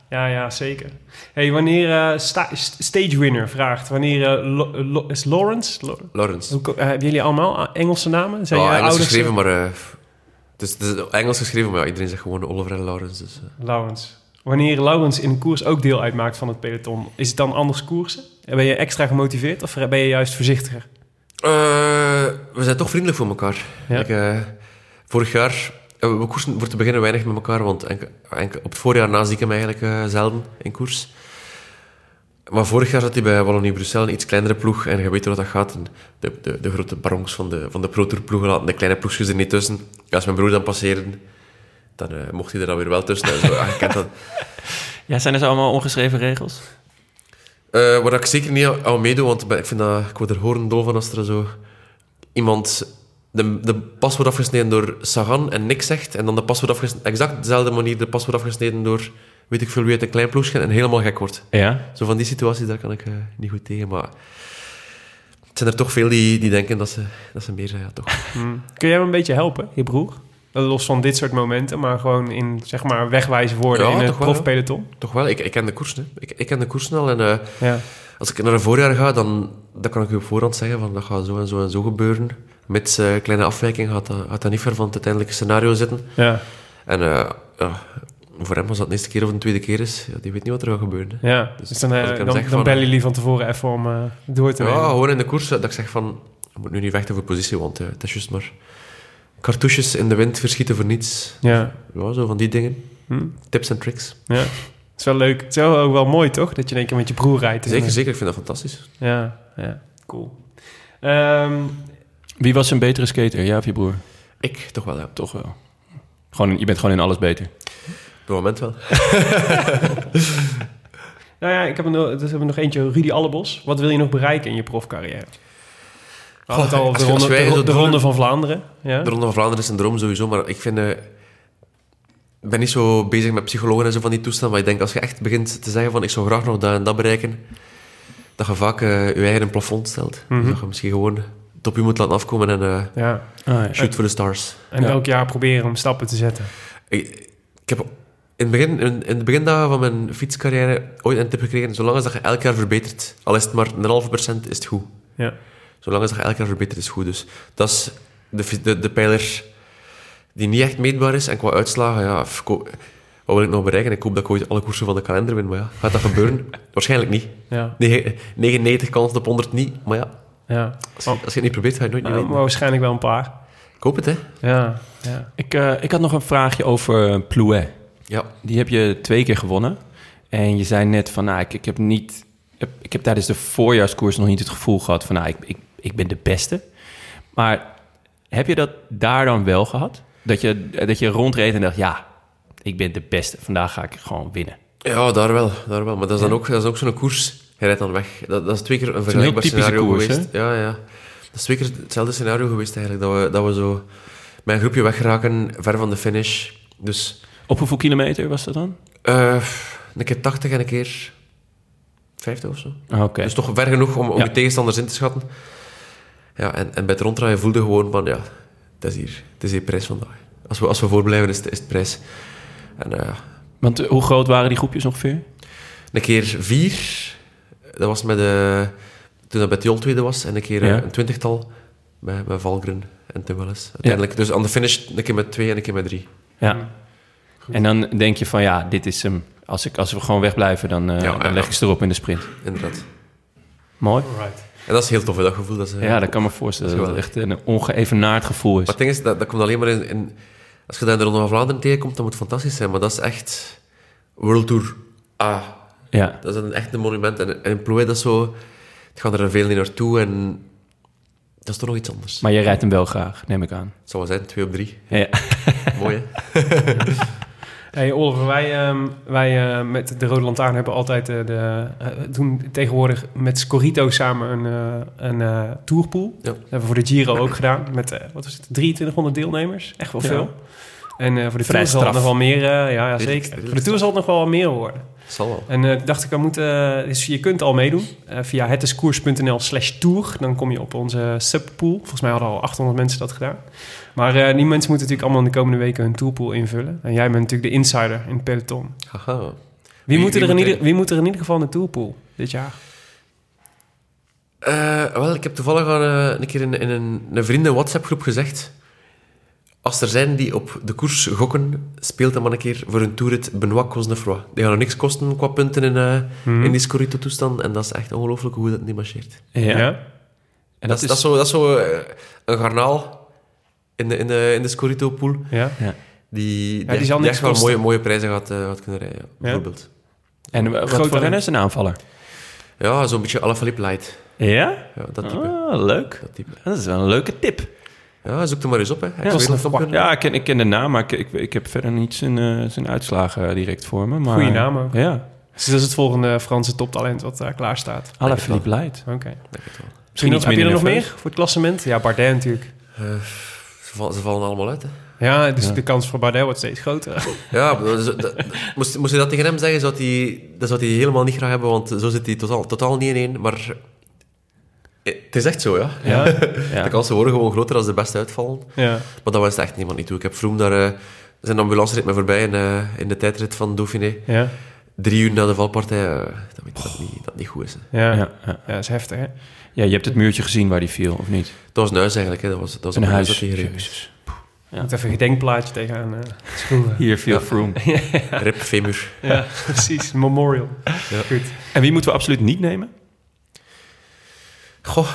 Ja, zeker. Hey, wanneer Stage Winner vraagt, wanneer is Lawrence? Lawrence. Hebben jullie allemaal Engelse namen? Zijn Engels ouders geschreven, maar... het is Engels geschreven, maar iedereen zegt gewoon Oliver en Lawrence. Dus, Lawrence. Wanneer Lawrence in een koers ook deel uitmaakt van het peloton, is het dan anders koersen? Ben je extra gemotiveerd of ben je juist voorzichtiger? We zijn toch vriendelijk voor elkaar. Ja. Vorig jaar... we koersen voor te beginnen weinig met elkaar, want op het voorjaar na zie ik hem eigenlijk zelden in koers. Maar vorig jaar zat hij bij Wallonie-Bruxelles, een iets kleinere ploeg. En je weet hoe dat gaat. De grote barongs van de Pro Tour ploegen laten de kleine ploegjes er niet tussen. Als mijn broer dan passeerde, dan mocht hij er dan weer wel tussen. En zo. Je kent dat. Ja, zijn er zo allemaal ongeschreven regels? Waar ik zeker niet aan meedoe, want ik word er horendol van als er zo iemand de pas wordt afgesneden door Sagan en niks zegt, en dan de pas wordt afgesneden, exact dezelfde manier de pas wordt afgesneden door weet ik veel wie uit een klein ploegje en helemaal gek wordt. Ja. Zo van die situaties, daar kan ik niet goed tegen, maar het zijn er toch veel die denken dat ze meer zijn, ja, toch. Kun jij hem een beetje helpen, je broer? Los van dit soort momenten, maar gewoon in, zeg maar, wegwijzen worden in het profpeloton? Toch wel, ik ken de koersen. Ik ken de koersen al en als ik naar een voorjaar ga, dan kan ik u op voorhand zeggen van dat gaat zo en zo en zo gebeuren. Mits kleine afwijking gaat dat niet ver van het uiteindelijke scenario zitten. Ja. En voor hem, als dat de eerste keer of de tweede keer is, die weet niet wat er gaat gebeuren. Ja, dus dan bellen jullie van tevoren even om door te nemen. Ja, gewoon in de koers dat ik zeg van, je moet nu niet vechten voor positie, want het is juist maar cartouches in de wind verschieten voor niets. Ja, zo van die dingen. Tips en tricks. Ja. Het is wel leuk. Het is ook wel mooi, toch? Dat je in één keer met je broer rijdt. Zeker. Ik vind dat fantastisch. Ja, cool. Wie was een betere skater, jij of je broer? Ik, toch wel, ja. Toch wel. Je bent gewoon in alles beter. Op het moment wel. Nou ja, ik heb er nog eentje. Rudy Allebos. Wat wil je nog bereiken in je profcarrière? We hadden het al over de Ronde van Vlaanderen. Ja? De Ronde van Vlaanderen is een droom sowieso, maar ik vind... Ik ben niet zo bezig met psychologen en zo van die toestand, maar ik denk als je echt begint te zeggen van ik zou graag nog dat en dat bereiken, dat je vaak je eigen een plafond stelt. Dus dat je misschien gewoon het op je moet laten afkomen en shoot for the stars. En elk jaar proberen om stappen te zetten. Ik heb in de begindagen van mijn fietscarrière ooit een tip gekregen, zolang als dat je elk jaar verbetert, al is het maar 0,5%, is het goed. Ja. Zolang als dat je elk jaar verbetert, is het goed. Dus dat is de pijler die niet echt meetbaar is. En qua uitslagen, wat wil ik nog bereiken? Ik hoop dat ik ooit alle koersen van de kalender win, maar gaat dat gebeuren? Waarschijnlijk niet. Ja. 99 kans op 100 niet, maar als je het niet probeert, ga je het nooit niet weten. Maar waarschijnlijk wel een paar. Ik hoop het, hè. Ja. Ik had nog een vraagje over Plouet. Ja. Die heb je 2 keer gewonnen. En je zei net van, ik heb tijdens de voorjaarskoers nog niet het gevoel gehad van, ik ben de beste. Maar heb je dat daar dan wel gehad? Dat je rondreed en dacht, ik ben de beste. Vandaag ga ik gewoon winnen. Ja, daar wel. Maar dat is ook zo'n koers. Hij rijdt dan weg. Dat is 2 keer een vergelijkbaar scenario koers, geweest. Hè? Ja. Dat is 2 keer hetzelfde scenario geweest eigenlijk. Dat we zo met een groepje weggeraken, ver van de finish. Dus, op hoeveel kilometer was dat dan? Een keer 80 en een keer 50 of zo. Okay. Dus toch ver genoeg om je tegenstanders in te schatten. Ja, en bij het ronddraaien voelde gewoon van, het is hier prijs vandaag. Als we voorblijven, is het prijs. En, want hoe groot waren die groepjes ongeveer? Een keer 4. Dat was toen dat bij Tiol tweede was. En een keer een 20-tal met Valgren en Tim Welles. Uiteindelijk. Dus aan de finish een keer met 2 en een keer met 3. Ja. Goed. En dan denk je van, dit is hem. Als we gewoon wegblijven, dan leg ik ze erop in de sprint. Inderdaad. Mooi. Alright. En dat is heel tof, dat gevoel. Dat kan me voorstellen. Dat het echt een ongeëvenaard gevoel is. Maar het ding is, dat komt alleen maar in... Als je daar in de Ronde van Vlaanderen tegenkomt, dan moet het fantastisch zijn. Maar dat is echt World Tour A. Ja. Dat is echt een monument. En in Plouet, dat is zo... Het gaat er veel niet naartoe en... Dat is toch nog iets anders. Maar jij rijdt hem wel graag, neem ik aan. Het zou wel zijn, 2 op 3. Ja. Mooi, hè? Hey Oliver, wij met de Rode Lantaarn hebben altijd doen tegenwoordig met Scorito samen een tourpool. Ja. Dat hebben we voor de Giro ook gedaan met 2300 deelnemers. Echt wel veel. En voor de Tour zal het nog wel meer. Zeker. Voor de Tour zal het nog wel meer worden. Zal wel. En dacht ik, dus je kunt al meedoen via hetiskoers.nl/tour. Dan kom je op onze subpool. Volgens mij hadden al 800 mensen dat gedaan. Maar die mensen moeten natuurlijk allemaal in de komende weken hun tourpool invullen. En jij bent natuurlijk de insider in het peloton. Haha. Wie moet er in ieder geval in de Tourpool dit jaar? Wel, ik heb toevallig een keer in een vrienden WhatsApp-groep gezegd... Als er zijn die op de koers gokken, speelt dan maar een keer voor een toerit Benoît Cosnefroy. Die gaan er niks kosten qua punten in die Scorito-toestand. En dat is echt ongelooflijk hoe dat niet marcheert. Ja. En dat is zo een garnaal in de Scorito-pool. Ja. Die zal niks echt wel kosten. mooie prijzen gaat kunnen rijden. Ja, bijvoorbeeld. En wat voor renner is een aanvaller? Ja, zo'n beetje Alaphilippe light. Ja? Ja, dat type. Ah, leuk. Dat type. Dat is wel een leuke tip. Ja, zoek er maar eens op. Hè. Ja, ik ken de naam, maar ik heb verder niet zijn uitslagen direct voor me. Maar, Goeie naam ook. Ja. Dus dat is het volgende Franse toptalent wat daar klaar staat. Alaphilippe Light. Oké. Misschien iets Heb je er nog nerveus. meer voor het klassement? Ja, Bardet natuurlijk. Ze vallen allemaal uit, hè. Ja, dus de kans voor Bardet wordt steeds groter. Ja, moest je dat tegen hem zeggen, dat zou hij helemaal niet graag hebben, want zo zit hij totaal niet in één. Maar het is echt zo, ja. Ja. De kansen worden gewoon groter als de beste uitvallen. Ja. Maar dat was echt niemand niet toe. Ik heb Froome daar... zijn ambulance reed me voorbij in de tijdrit van Dauphiné. Ja. 3 uur na de valpartij. Dat weet dat niet goed is. Hè. Ja. Ja. Ja, dat is heftig, hè? Ja, je hebt het muurtje gezien waar die viel, of niet? Dat was een huis eigenlijk. Hè. Dat was Een huis. dat hij gereden. Jezus. Ja. Moet even een gedenkplaatje tegenaan schroeven. Hier viel Froome. Rip femur. Ja, precies. Memorial. Ja. Goed. En wie moeten we absoluut niet nemen? Goh.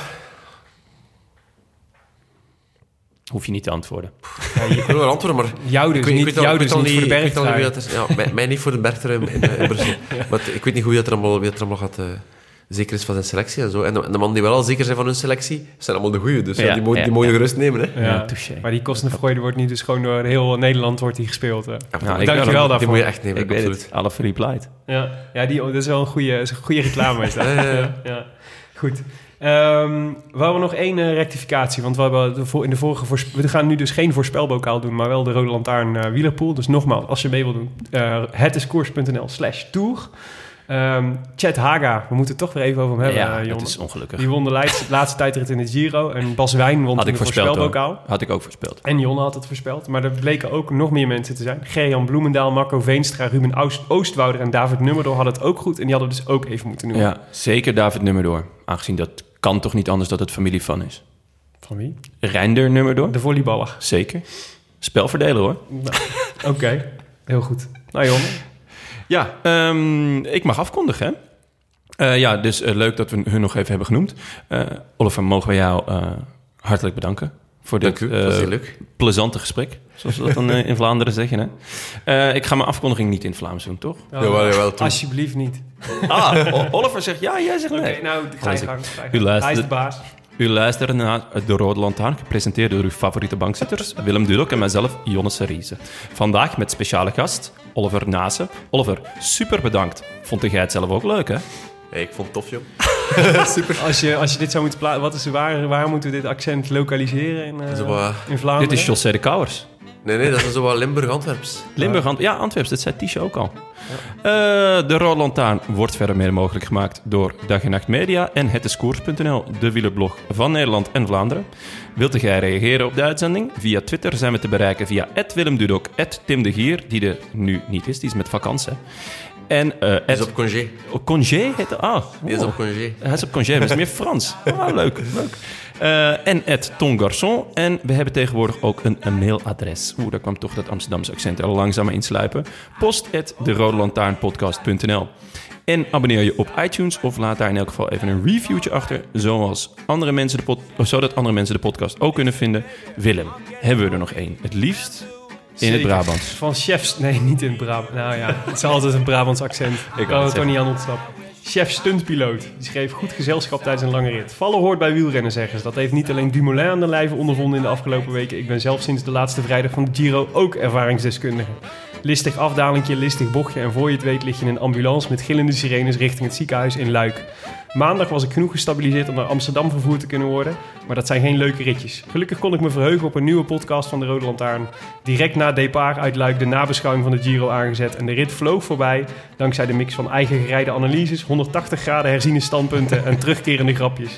Hoef je niet te antwoorden. Ik wil wel antwoorden, maar... Jou dus ik niet, weet jou al- dus ik weet niet voor de al- ik weet al wie bergtrui. dat is. Ja, mij niet voor de bergtrui in Brussel. Maar ik weet niet hoe dat er allemaal gaat... zeker is van zijn selectie en zo. En de mannen die wel al zeker zijn van hun selectie, zijn allemaal de goeie. Dus Ja, die mogen ja, je gerust nemen. Hè. Ja, Ja, touché. maar die Cosnefroy wordt niet dus gewoon door heel Nederland wordt die gespeeld. Nou, Dankjewel Die daarvoor. moet je echt nemen, Ik weet absoluut. het. Alaphilippe Light. Ja, dat is wel een goede reclame. Is dat. Ja. Goed. We hebben nog één rectificatie. Want we hebben in de vorige we gaan nu dus geen voorspelbokaal doen, maar wel de Rode Lantaarn wielerpool. Dus nogmaals, als je mee wil doen, hetiskoers.nl/tour. Chad Haga, we moeten het toch weer even over hem hebben, Ja, Jon. dat is ongelukkig. Die won de laatste tijdrit in de Giro. En Bas Wijn won Had in ik de voorspeld, hoor. voorspelbokaal. Had ik ook voorspeld. En Jon had het voorspeld. Maar er bleken ook nog meer mensen te zijn. Gerjan Bloemendaal, Marco Veenstra, Ruben Oostwouder en David Nummerdoor hadden het ook goed. En die hadden we dus ook even moeten noemen. Ja, zeker David Nummerdoor. Aangezien dat kan toch niet anders dat het familie van is. Van wie? Reinder Nummerdoor. De volleyballer. Zeker. Spelverdeler, hoor. Nou, Oké, heel goed. Nou Jon. Ja, ik mag afkondigen, hè? Dus leuk dat we hun nog even hebben genoemd. Oliver, mogen we jou hartelijk bedanken voor dit Dank u, dat was heel leuk. plezante gesprek. Zoals we dat dan in Vlaanderen zeggen, hè? Ik ga mijn afkondiging niet in het Vlaams doen, toch? Jawel, toe. Alsjeblieft niet. Oliver zegt ja, jij zegt nee. Oké, nou, ga je gang. U luistert. Hij is de baas. U luistert naar De Rode Lantaarn, gepresenteerd door uw favoriete bankzitters, Willem Dudok en mijzelf, Jonne Seriese. Vandaag met speciale gast, Oliver Nase. Oliver, super bedankt. Vond jij het zelf ook leuk, hè? Hey, ik vond het tof, joh. Super. Als je dit zou moeten plaatsen, waar moeten we dit accent lokaliseren in Vlaanderen? Dit is José de Kouwers. Nee, dat is zo wat Limburg-Antwerps. Limburg, ja, Antwerps, dat zei Tisha ook al. De Rode Lantaarn wordt verder mede mogelijk gemaakt door Dag en Nacht Media en hetiskoers.nl, de wielerblog van Nederland en Vlaanderen. Wilt jij reageren op de uitzending? Via Twitter zijn we te bereiken via @WillemDudok, @TimDeGier, die er nu niet is, die is met vakantie. En Hij is op congé. Congé heet het? Hij is op congé. Hij is op congé, maar het is meer Frans. Leuk. En @Ton Garçon. En we hebben tegenwoordig ook een mailadres. Daar kwam toch dat Amsterdamse accent er langzaam insluipen. post@derodelantaarnpodcast.nl. En abonneer je op iTunes of laat daar in elk geval even een reviewtje achter, zodat andere mensen de podcast ook kunnen vinden. Willem, hebben we er nog één? Het liefst in het Brabants. Van chefs... Nee, niet in het Brabant. Nou ja, het is altijd een Brabants accent. Ik kan er toch niet aan ontsnappen. Chef stuntpiloot. Die schreef goed gezelschap tijdens een lange rit. Vallen hoort bij wielrennen, zeggen ze. Dat heeft niet alleen Dumoulin aan de lijve ondervonden in de afgelopen weken. Ik ben zelf sinds de laatste vrijdag van de Giro ook ervaringsdeskundige. Listig afdalingje, listig bochtje en voor je het weet lig je in een ambulance met gillende sirenes richting het ziekenhuis in Luik. Maandag was ik genoeg gestabiliseerd om naar Amsterdam vervoerd te kunnen worden, maar dat zijn geen leuke ritjes. Gelukkig kon ik me verheugen op een nieuwe podcast van de Rode Lantaarn. Direct na départ uit Luik de nabeschouwing van de Giro aangezet en de rit vloog voorbij dankzij de mix van eigen gereide analyses, 180 graden herziene standpunten en terugkerende grapjes.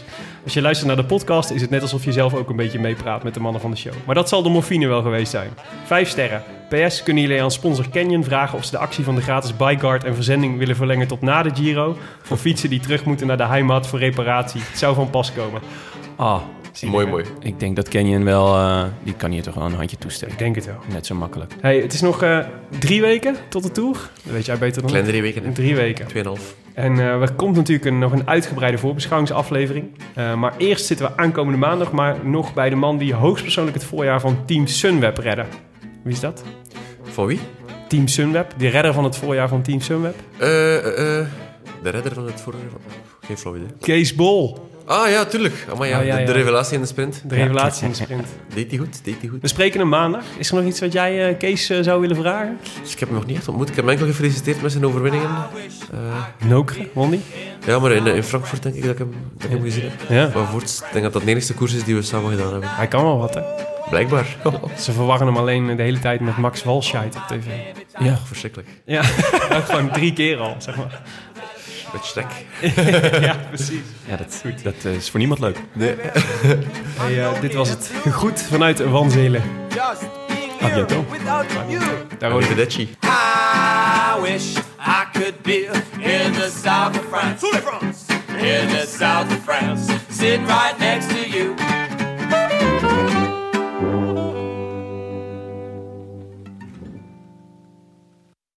Als je luistert naar de podcast is het net alsof je zelf ook een beetje meepraat met de mannen van de show. Maar dat zal de morfine wel geweest zijn. 5 sterren. PS, kunnen jullie aan sponsor Canyon vragen of ze de actie van de gratis bikeguard en verzending willen verlengen tot na de Giro? Voor fietsen die terug moeten naar de heimat voor reparatie. Het zou van pas komen. Mooi. Ik denk dat Canyon wel... die kan hier toch wel een handje toesteken. Ik denk het wel. Net zo makkelijk. Hey, het is nog 3 weken tot de Tour. Dat weet jij beter dan Kleine 3 weken. 3 weken. 2,5. En er komt natuurlijk nog een uitgebreide voorbeschouwingsaflevering. Maar eerst zitten we aankomende maandag maar nog bij de man die hoogstpersoonlijk het voorjaar van Team Sunweb redde. Wie is dat? Van wie? Team Sunweb, de redder van het voorjaar van Team Sunweb. De redder van het voorjaar van... Geen flauw idee. Kees Bol. Ah ja, tuurlijk. Amai, ja. De revelatie in de sprint. De revelatie in de sprint. Deed hij goed. We spreken hem maandag. Is er nog iets wat jij Kees zou willen vragen? Dus ik heb hem nog niet echt ontmoet. Ik heb hem enkel gefeliciteerd met zijn overwinningen. Nokere, won die? Ja, maar in Frankfurt denk ik dat ik hem gezien heb. Ja. Maar voorts, ik denk dat dat de enigste koers is die we samen gedaan hebben. Hij kan wel wat, hè? Blijkbaar. Ze verwarren hem alleen de hele tijd met Max Walscheid op tv. Ja. Verschrikkelijk. Ja, ook gewoon 3 keer al, zeg maar. Met stek. Ja, precies. Ja, dat is voor niemand leuk. Nee. Hey, dit was het. Goed vanuit Wanzelen. A bientôt. Arrivederci. I wish I could be in the south of France. In the south of France, sitting right next to you.